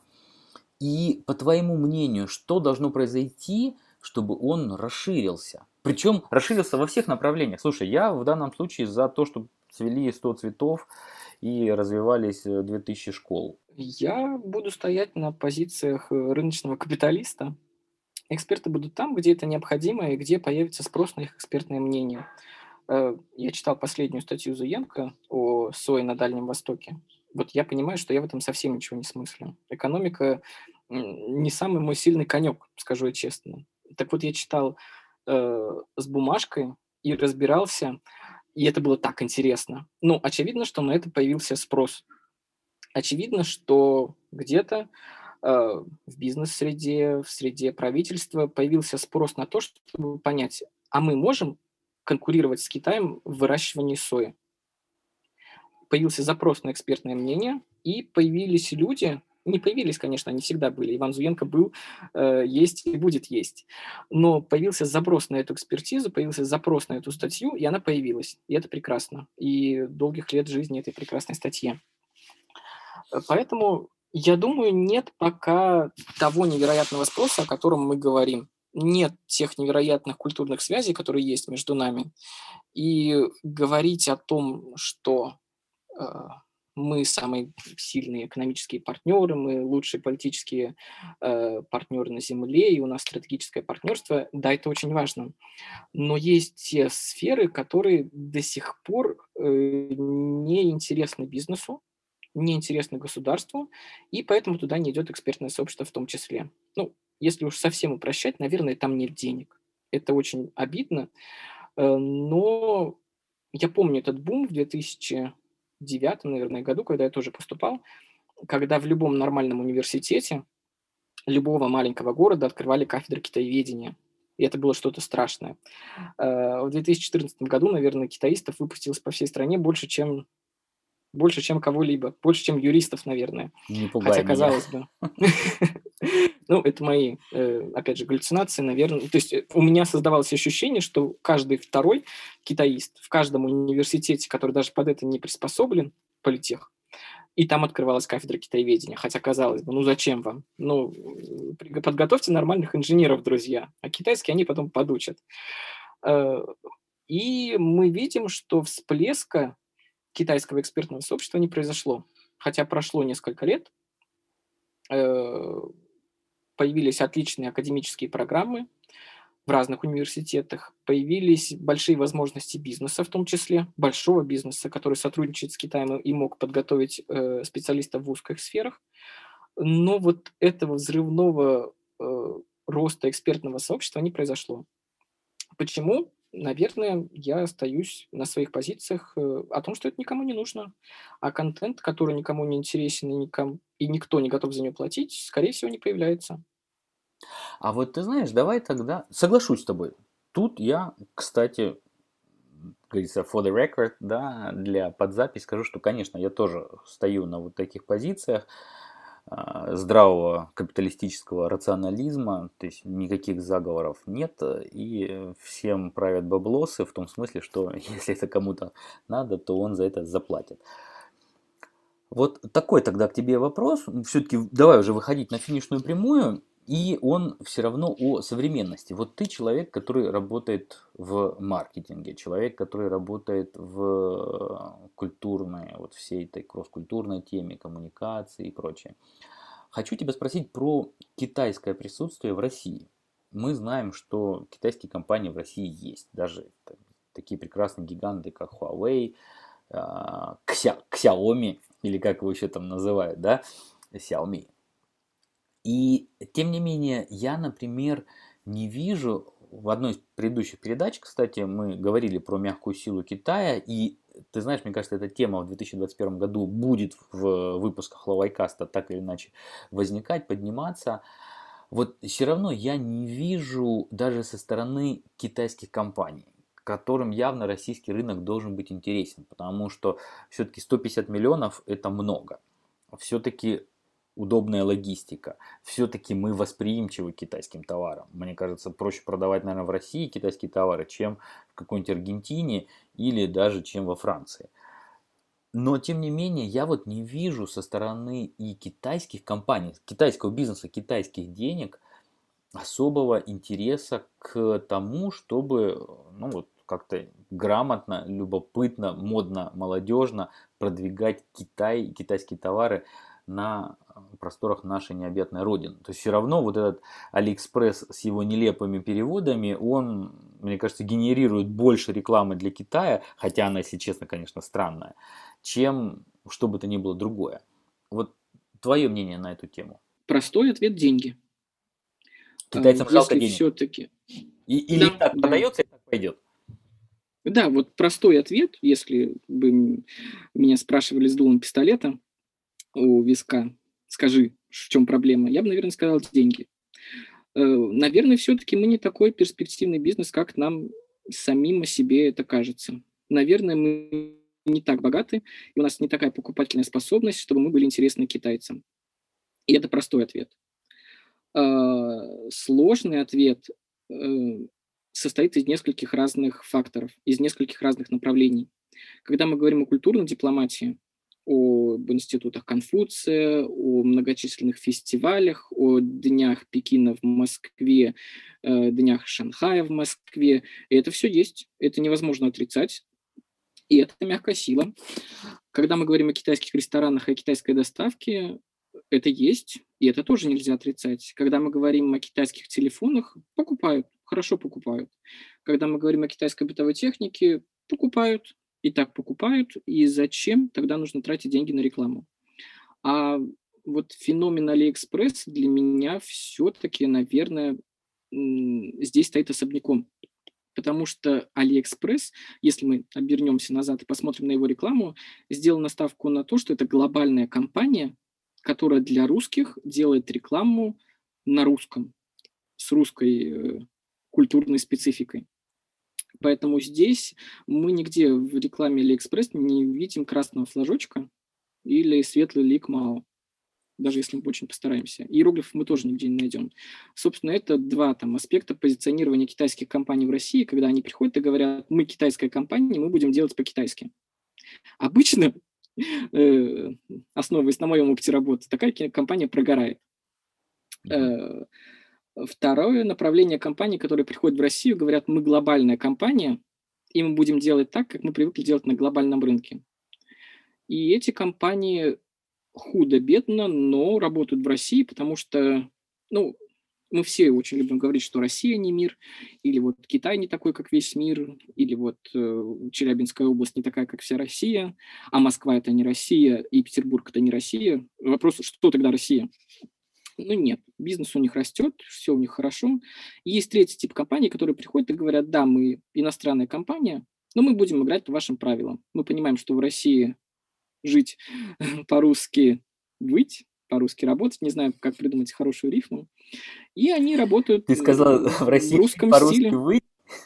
И по твоему мнению, что должно произойти, чтобы он расширился? Причем расширился во всех направлениях. Слушай, я в данном случае за то, чтобы цвели сто цветов и развивались две тысячи школ. Я буду стоять на позициях рыночного капиталиста. Эксперты будут там, где это необходимо и где появится спрос на их экспертное мнение. Я читал последнюю статью Зуенко о сое на Дальнем Востоке. Вот я понимаю, что я в этом совсем ничего не смыслю. Экономика не самый мой сильный конек, скажу я честно. Так вот, я читал э, с бумажкой и разбирался, и это было так интересно. Ну, очевидно, что на это появился спрос. Очевидно, что где-то в бизнес-среде, в среде правительства появился спрос на то, чтобы понять, а мы можем конкурировать с Китаем в выращивании сои. Появился запрос на экспертное мнение, и появились люди, не появились, конечно, они всегда были, Иван Зуенко был, есть и будет есть, но появился запрос на эту экспертизу, появился запрос на эту статью, и она появилась, и это прекрасно, и долгих лет жизни этой прекрасной статье. Поэтому я думаю, нет пока того невероятного спроса, о котором мы говорим. Нет тех невероятных культурных связей, которые есть между нами. И говорить о том, что э, мы самые сильные экономические партнеры, мы лучшие политические э, партнеры на Земле, и у нас стратегическое партнерство, да, это очень важно. Но есть те сферы, которые до сих пор э, не интересны бизнесу, неинтересно государству, и поэтому туда не идет экспертное сообщество в том числе. Ну, если уж совсем упрощать, наверное, там нет денег. Это очень обидно, но я помню этот бум в две тысячи девятом, наверное, году, когда я тоже поступал, когда в любом нормальном университете любого маленького города открывали кафедры китаеведения. И это было что-то страшное. В две тысячи четырнадцатом году, наверное, китаистов выпустилось по всей стране больше, чем больше, чем кого-либо. Больше, чем юристов, наверное. Не пугай Хотя, меня. казалось бы... Ну, это мои, опять же, галлюцинации, наверное. То есть у меня создавалось ощущение, что каждый второй китаист в каждом университете, который даже под это не приспособлен, политех, и там открывалась кафедра китаеведения. Хотя, казалось бы, ну зачем вам? Ну, подготовьте нормальных инженеров, друзья, а китайский они потом подучат. И мы видим, что всплеска китайского экспертного сообщества не произошло. Хотя прошло несколько лет, появились отличные академические программы в разных университетах, появились большие возможности бизнеса, в том числе большого бизнеса, который сотрудничает с Китаем и мог подготовить специалистов в узких сферах. Но вот этого взрывного роста экспертного сообщества не произошло. Почему? Наверное, я остаюсь на своих позициях о том, что это никому не нужно. А контент, который никому не интересен и, никому, и никто не готов за него платить, скорее всего, не появляется. А вот ты знаешь, давай тогда... Соглашусь с тобой. Тут я, кстати, как говорится, for the record, да, для подзапись скажу, что, конечно, я тоже стою на вот таких позициях здравого капиталистического рационализма, то есть никаких заговоров нет, и всем правят баблосы в том смысле, что если это кому-то надо, то он за это заплатит. Вот такой тогда к тебе вопрос, все-таки давай уже выходить на финишную прямую. И он все равно о современности. Вот ты человек, который работает в маркетинге, человек, который работает в э, культурной, вот всей этой кросс-культурной теме, коммуникации и прочее. Хочу тебя спросить про китайское присутствие в России. Мы знаем, что китайские компании в России есть. Даже там такие прекрасные гиганты, как Huawei, а, Xia- Xiaomi, или как его еще там называют, да, Xiaomi. И тем не менее, я, например, не вижу, в одной из предыдущих передач, кстати, мы говорили про мягкую силу Китая, и ты знаешь, мне кажется, эта тема в две тысячи двадцать первом году будет в выпусках Лавайкаста так или иначе возникать, подниматься. Вот все равно я не вижу даже со стороны китайских компаний, которым явно российский рынок должен быть интересен, потому что все-таки сто пятьдесят миллионов это много. Все-таки удобная логистика. Все-таки мы восприимчивы к китайским товарам. Мне кажется, проще продавать, наверное, в России китайские товары, чем в какой-нибудь Аргентине или даже чем во Франции. Но, тем не менее, я вот не вижу со стороны и китайских компаний, китайского бизнеса, китайских денег особого интереса к тому, чтобы, ну вот, как-то грамотно, любопытно, модно, молодежно продвигать Китай и китайские товары на просторах нашей необъятной родины. То есть все равно вот этот Алиэкспресс с его нелепыми переводами, он, мне кажется, генерирует больше рекламы для Китая, хотя она, если честно, конечно, странная, чем что бы то ни было другое. Вот твое мнение на эту тему. Простой ответ – деньги. А, Китайцам жалко Если денег. все-таки... И, или и Да, так да. продается, и так пойдет. Да, вот простой ответ, если бы м- меня спрашивали с дулом пистолета у виска, скажи, в чем проблема, я бы, наверное, сказал деньги. Э, Наверное, все-таки мы не такой перспективный бизнес, как нам самим о себе это кажется. Наверное, мы не так богаты, и у нас не такая покупательная способность, чтобы мы были интересны китайцам. И это простой ответ. А, Сложный ответ э, состоит из нескольких разных факторов, из нескольких разных направлений. Когда мы говорим о культурной дипломатии, об институтах Конфуция, о многочисленных фестивалях, о днях Пекина в Москве, э, днях Шанхая в Москве, и это все есть, это невозможно отрицать, и это мягкая сила. Когда мы говорим о китайских ресторанах и о китайской доставке, это есть, и это тоже нельзя отрицать. Когда мы говорим о китайских телефонах, покупают, хорошо покупают. Когда мы говорим о китайской бытовой технике, покупают, и так покупают, и зачем тогда нужно тратить деньги на рекламу? А вот феномен Алиэкспресс для меня все-таки, наверное, м, здесь стоит особняком. Потому что Алиэкспресс, если мы обернемся назад и посмотрим на его рекламу, сделал ставку на то, что это глобальная компания, которая для русских делает рекламу на русском, с русской э, культурной спецификой. Поэтому здесь мы нигде в рекламе Алиэкспресс не видим красного флажочка или светлый лик Мао, даже если мы очень постараемся. Иероглифов мы тоже нигде не найдем. Собственно, это два там, аспекта позиционирования китайских компаний в России, когда они приходят и говорят, мы китайская компания, мы будем делать по-китайски. Обычно, э, основываясь на моем опыте работы, такая ки- компания прогорает. Э, Второе направление компаний, которые приходят в Россию, говорят, мы глобальная компания, и мы будем делать так, как мы привыкли делать на глобальном рынке. И эти компании худо-бедно, но работают в России, потому что, ну, мы все очень любим говорить, что Россия не мир, или вот Китай не такой, как весь мир, или вот э, Челябинская область не такая, как вся Россия, а Москва это не Россия, и Петербург это не Россия. Вопрос, что тогда Россия? Ну нет, бизнес у них растет, все у них хорошо. И есть третий тип компаний, которые приходят и говорят, да, мы иностранная компания, но мы будем играть по вашим правилам. Мы понимаем, что в России жить по-русски, быть, по-русски работать, не знаю, как придумать хорошую рифму. И они работают Ты э, сказал в в России русском по-русски стиле. вы?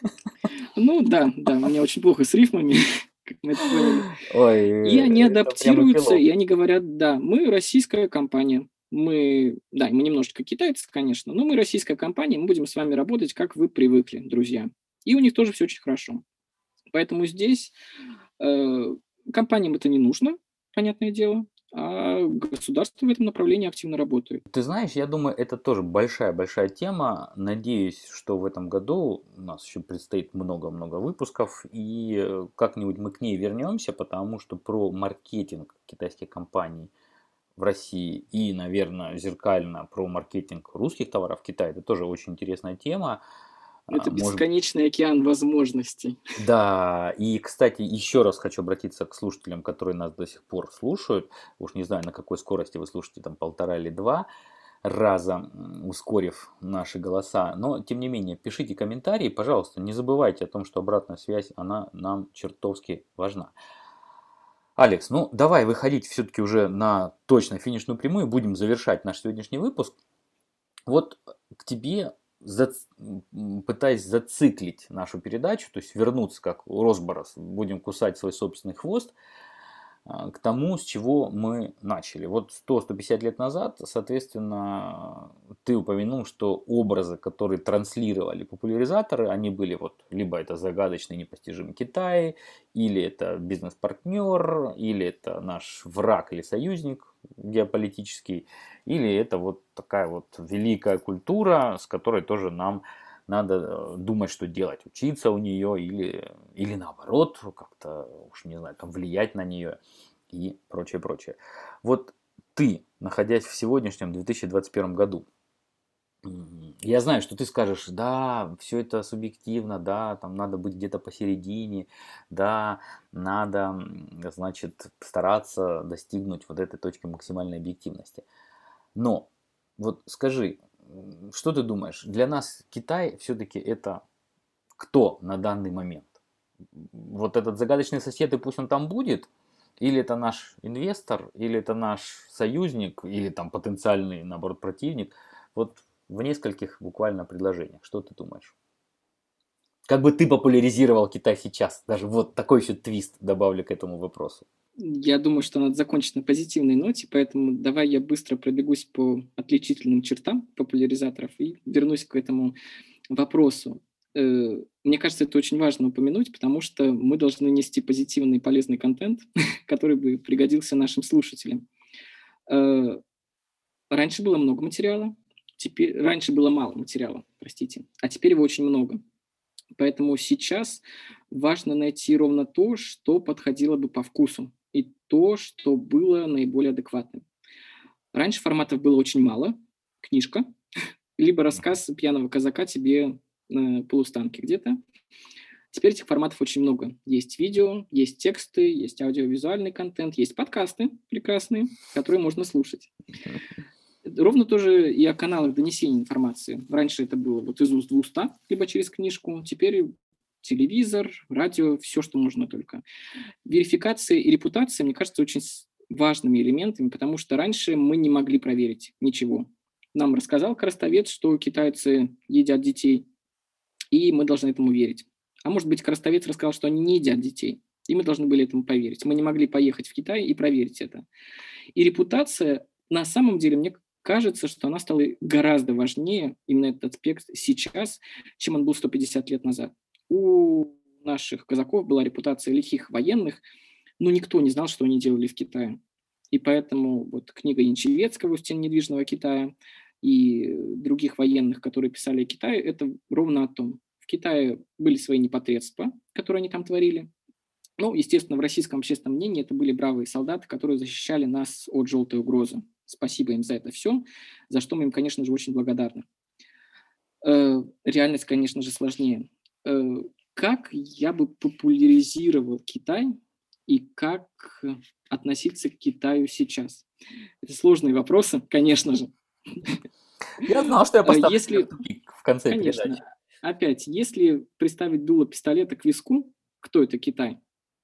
Ну да, да, у меня очень плохо с рифмами, как мы это поняли. Ой, И они это прям адаптируются, эпилог. и они говорят, да, мы российская компания. Мы, да, мы немножечко китайцы, конечно, но мы российская компания, мы будем с вами работать, как вы привыкли, друзья. И у них тоже все очень хорошо. Поэтому здесь э, компаниям это не нужно, понятное дело. а государство в этом направлении активно работает. Ты знаешь, я думаю, это тоже большая-большая тема. Надеюсь, что в этом году у нас еще предстоит много-много выпусков, и э, как-нибудь мы к ней вернемся, потому что про маркетинг китайских компаний в России и, наверное, зеркально про маркетинг русских товаров в Китае, это тоже очень интересная тема. А, Это Может, бесконечный океан возможностей. да, и, кстати, еще раз хочу обратиться к слушателям, которые нас до сих пор слушают. Уж не знаю, на какой скорости вы слушаете, там полтора или два раза, м, ускорив наши голоса. Но, тем не менее, пишите комментарии, пожалуйста, не забывайте о том, что обратная связь, она нам чертовски важна. Алекс, ну давай выходить все-таки уже на точно финишную прямую, будем завершать наш сегодняшний выпуск. Вот к тебе, зац- м, пытаясь зациклить нашу передачу, то есть вернуться как у Росборос, будем кусать свой собственный хвост, а, к тому, с чего мы начали. Вот сто сто пятьдесят лет назад, соответственно, ты упомянул, что образы, которые транслировали популяризаторы, они были вот либо это загадочный непостижимый Китай, или это бизнес-партнер, или это наш враг или союзник геополитический, или это вот такая вот великая культура, с которой тоже нам надо э, думать, что делать, учиться у нее или, или наоборот, как-то, уж не знаю, там влиять на нее и прочее, прочее. Вот ты, находясь в сегодняшнем две тысячи двадцать первом году, м, я знаю, что ты скажешь, да, все это субъективно, да, там надо быть где-то посередине, да, надо, м, значит, стараться достигнуть вот этой точки максимальной объективности. Но вот скажи, м, что ты думаешь, для нас Китай все-таки это кто на данный момент? Вот этот загадочный сосед, и пусть он там будет, или это наш инвестор, или это наш союзник, или там потенциальный, наоборот, противник. Вот в нескольких буквально предложениях. Что ты думаешь? Как бы ты популяризировал Китай сейчас? Даже вот такой еще твист добавлю к этому вопросу. Я думаю, что надо закончить на позитивной ноте, поэтому давай я быстро пробегусь по отличительным чертам популяризаторов и вернусь к этому вопросу. Э, Мне кажется, это очень важно упомянуть, потому что мы должны нести позитивный и полезный контент, который бы пригодился нашим слушателям. Э, Раньше было много материала, теперь раньше было мало материала, простите, а теперь его очень много. Поэтому сейчас важно найти ровно то, что подходило бы по вкусу, и то, что было наиболее адекватным. Раньше форматов было очень мало. Книжка, либо рассказ пьяного казака тебе на полустанке где-то. Теперь этих форматов очень много. Есть видео, есть тексты, есть аудиовизуальный контент, есть подкасты прекрасные, которые можно слушать. Ровно тоже и о каналах донесения информации. Раньше это было вот из уст в уста, либо через книжку. Теперь телевизор, радио, все, что можно только. Верификация и репутация, мне кажется, очень с- важными элементами, потому что раньше мы не могли проверить ничего. Нам рассказал Крастовец, что китайцы едят детей, и мы должны этому верить. А может быть, Крастовец рассказал, что они не едят детей, и мы должны были этому поверить. Мы не могли поехать в Китай и проверить это. И репутация, на самом деле, мне кажется, что она стала гораздо важнее, именно этот аспект сейчас, чем он был сто пятьдесят лет назад. У наших казаков была репутация лихих военных, но никто не знал, что они делали в Китае. И поэтому вот книга Янчевецкого «Стен недвижного Китая» и других военных, которые писали о Китае, это ровно о том. В Китае были свои непотребства, которые они там творили. Ну, естественно, в российском общественном мнении это были бравые солдаты, которые защищали нас от желтой угрозы. Спасибо им за это все, за что мы им, конечно же, очень благодарны. Э, реальность, конечно же, сложнее. Э, как я бы популяризировал Китай и как э, относиться к Китаю сейчас? Это сложные вопросы, конечно же. Я знал, что я Э, поставлю тебя в Если, тупик в конце передачи. конечно, опять, если представить дуло пистолета к виску, кто это Китай,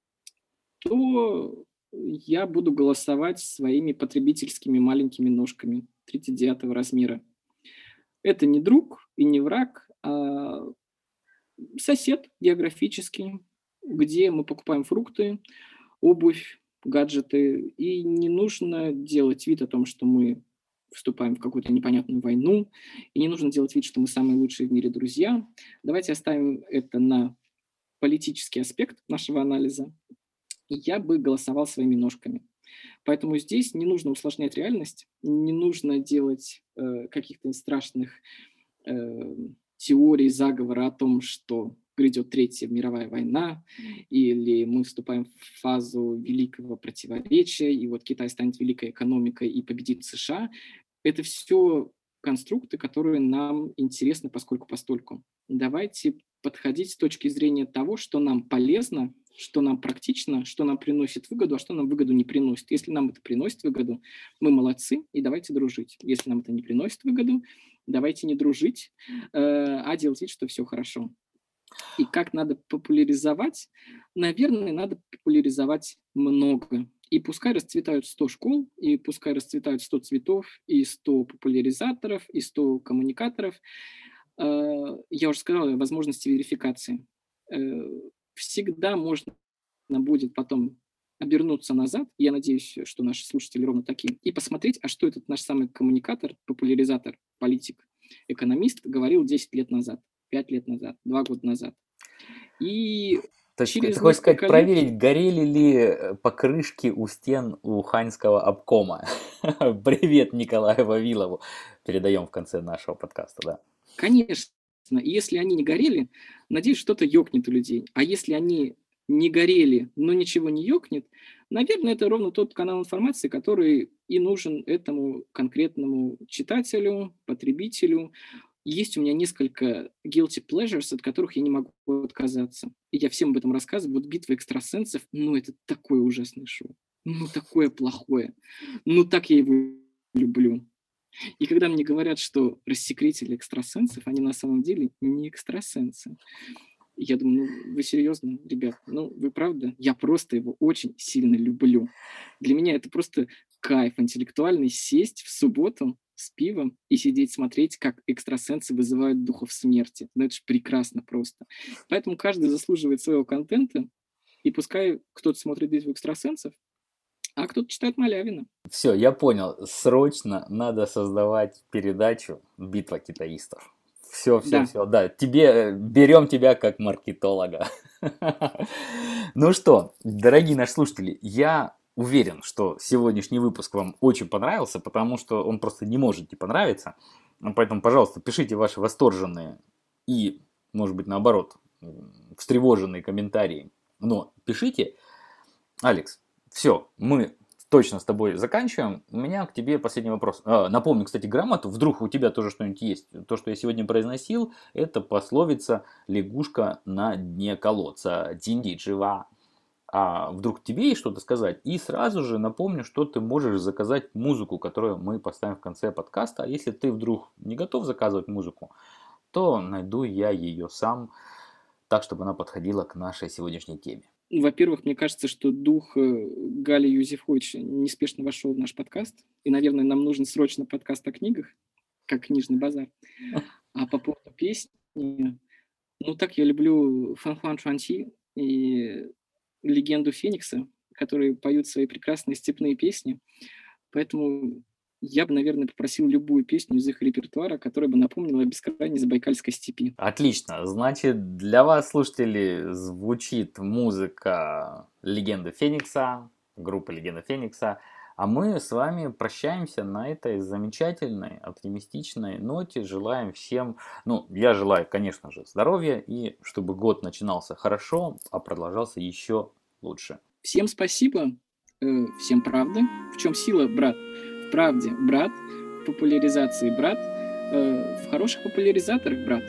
то я буду голосовать своими потребительскими маленькими ножками тридцать девятого размера. Это не друг и не враг, а сосед географический, где мы покупаем фрукты, обувь, гаджеты, и не нужно делать вид о том, что мы вступаем в какую-то непонятную войну, и не нужно делать вид, что мы самые лучшие в мире друзья. Давайте оставим это на политический аспект нашего анализа. И я бы голосовал своими ножками. Поэтому здесь не нужно усложнять реальность, не нужно делать э, каких-то страшных э, теорий заговора о том, что грядет Третья мировая война, или мы вступаем в фазу великого противоречия, и вот Китай станет великой экономикой и победит США. Это все конструкты, которые нам интересны поскольку-постольку. Давайте подходить с точки зрения того, что нам полезно, что нам практично, что нам приносит выгоду, а что нам выгоду не приносит. Если нам это приносит выгоду, мы молодцы, и давайте дружить. Если нам это не приносит выгоду, давайте не дружить, а делать вид, что все хорошо. И как надо популяризовать? Наверное, надо популяризовать много. И пускай расцветают сто школ, и пускай расцветают сто цветов, и сто популяризаторов, и сто коммуникаторов. Я уже сказал о возможности верификации. Всегда можно будет потом обернуться назад, я надеюсь, что наши слушатели ровно такие, и посмотреть, а что этот наш самый коммуникатор, популяризатор, политик, экономист говорил десять лет назад, пять лет назад, два года назад. И То есть, через ты хочешь сказать, несколько лет- проверить, горели ли покрышки у стен у Ханьского обкома? Привет Николаю Вавилову передаем в конце нашего подкаста, да. Конечно. И если они не горели, надеюсь, что-то ёкнет у людей. А если они не горели, но ничего не ёкнет, наверное, это ровно тот канал информации, который и нужен этому конкретному читателю, потребителю. Есть у меня несколько guilty pleasures, от которых я не могу отказаться. И я всем об этом рассказываю. Вот «Битва экстрасенсов», ну, это такое ужасное шоу. Ну, такое плохое. Ну, так я его люблю. И когда мне говорят, что рассекретили экстрасенсов, они на самом деле не экстрасенсы. Я думаю, ну, вы серьезно, ребят? Ну, вы правда? Я просто его очень сильно люблю. Для меня это просто кайф интеллектуальный сесть в субботу с пивом и сидеть смотреть, как экстрасенсы вызывают духов смерти. Ну, это же прекрасно просто. Поэтому каждый заслуживает своего контента, и пускай кто-то смотрит «Битву экстрасенсов», а кто-то читает Малявина. Все, я понял. Срочно надо создавать передачу «Битва китаистов». Все, все, Да. все, да. Тебе берем тебя как маркетолога. Ну что, дорогие наши слушатели, я уверен, что сегодняшний выпуск вам очень понравился, потому что он просто не может не понравиться. Поэтому, пожалуйста, пишите ваши восторженные и, может быть, наоборот, встревоженные комментарии. Но пишите. Алекс, все, мы точно с тобой заканчиваем. У меня к тебе последний вопрос. А, напомню, кстати, грамоту. Вдруг у тебя тоже что-нибудь есть. То, что я сегодня произносил, это пословица «лягушка на дне колодца». Динди джива. А вдруг тебе есть что-то сказать? И сразу же напомню, что ты можешь заказать музыку, которую мы поставим в конце подкаста. А если ты вдруг не готов заказывать музыку, то найду я ее сам, так, чтобы она подходила к нашей сегодняшней теме. Во-первых, мне кажется, что дух э, Гали Юзефовича неспешно вошел в наш подкаст. И, наверное, нам нужен срочно подкаст о книгах, как книжный базар. А по поводу песни, ну так я люблю Фан-Хуан Шуанси и легенду Феникса, которые поют свои прекрасные степные песни. Поэтому я бы, наверное, попросил любую песню из их репертуара, которая бы напомнила о бескрайней Забайкальской степи. Отлично. Значит, для вас, слушатели, звучит музыка «Легенды Феникса», группы «Легенда Феникса». А мы с вами прощаемся на этой замечательной, оптимистичной ноте. Желаем всем, ну, я желаю, конечно же, здоровья и чтобы год начинался хорошо, а продолжался еще лучше. Всем спасибо, э, всем правды. В чем сила, брат? В правде, брат. В популяризации, брат. Э, в хороших популяризаторах, брат.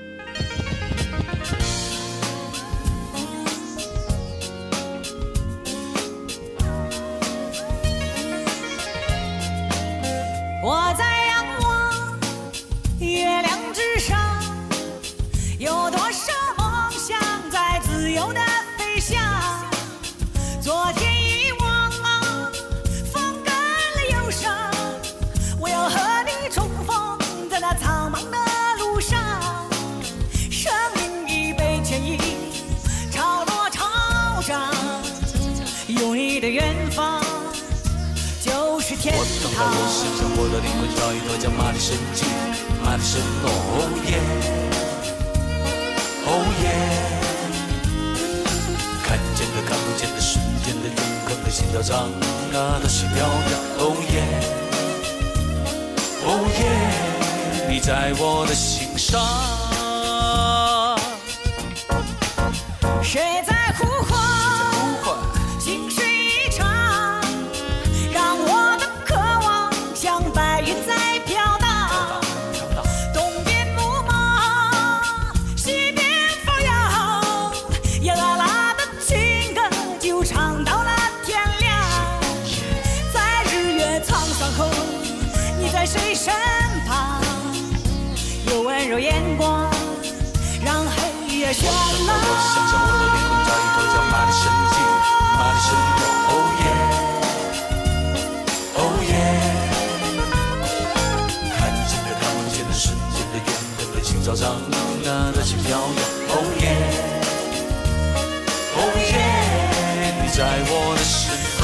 我在仰望月亮之上，有多少梦想在自由地飞翔。昨天遗忘，风干了忧伤，我要和你重逢在那苍茫的路上。生命已被牵引，潮落潮涨，有你的远方。 就是天我等到我身上，我的灵魂找一个叫马的神迹，马的神哦耶，哦耶，看见的看不见的，瞬间的永恒的心动。 跳张啊的心飘扬。Oh yeah，Oh yeah，你在我的心上。 谁在呼唤？心事一场，让我的渴望像白云在飘荡。东边牧马，西边放羊，呀啦啦的情歌就唱到了天亮。在日月沧桑后，你在谁身旁？有温柔眼光，让黑夜绚烂。 我想象我的灵魂早已脱缰，马的神迹，马的神诺。Oh yeah，Oh yeah，看见的看不见的瞬间的永恒的心照常啊的心飘扬。Oh yeah，Oh yeah，你在我的身旁。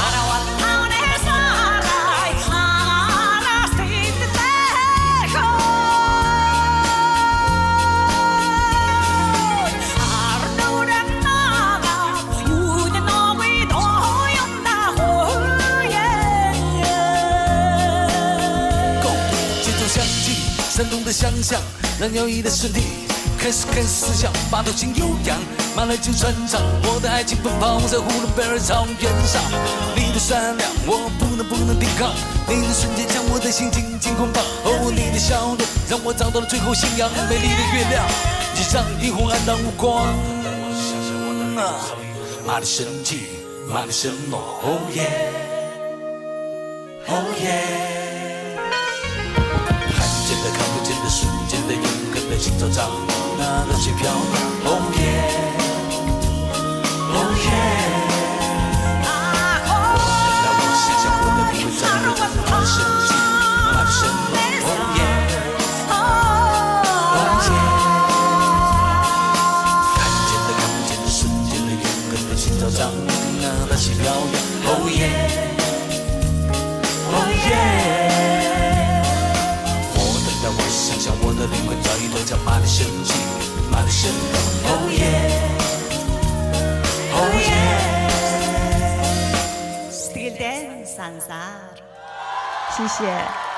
煽动的想象，让摇曳的身体开始开始思想，马头琴悠扬，马来就传唱，我的爱情奔跑在呼伦贝尔草原上。你的善良，我不能不能抵抗，你的瞬间将我的心紧紧捆绑。哦，你的笑脸让我找到了最后信仰，美丽的月亮，地上霓虹黯淡无光。马的神迹，马的神诺。Oh yeah，Oh yeah。在看不见的瞬间的永恒的心照常啊的心飘扬。Oh yeah，Oh yeah，我让我想象我的灵魂在你的马的神迹，马的神诺。Oh yeah，Oh yeah，看见的看不见的瞬间的永恒的心照常啊的心飘扬。Oh yeah，Oh yeah。我想象我的灵魂早已脱缰，马的神迹，马的神诺。Oh yeah，Oh yeah。 Still dance， 谢谢。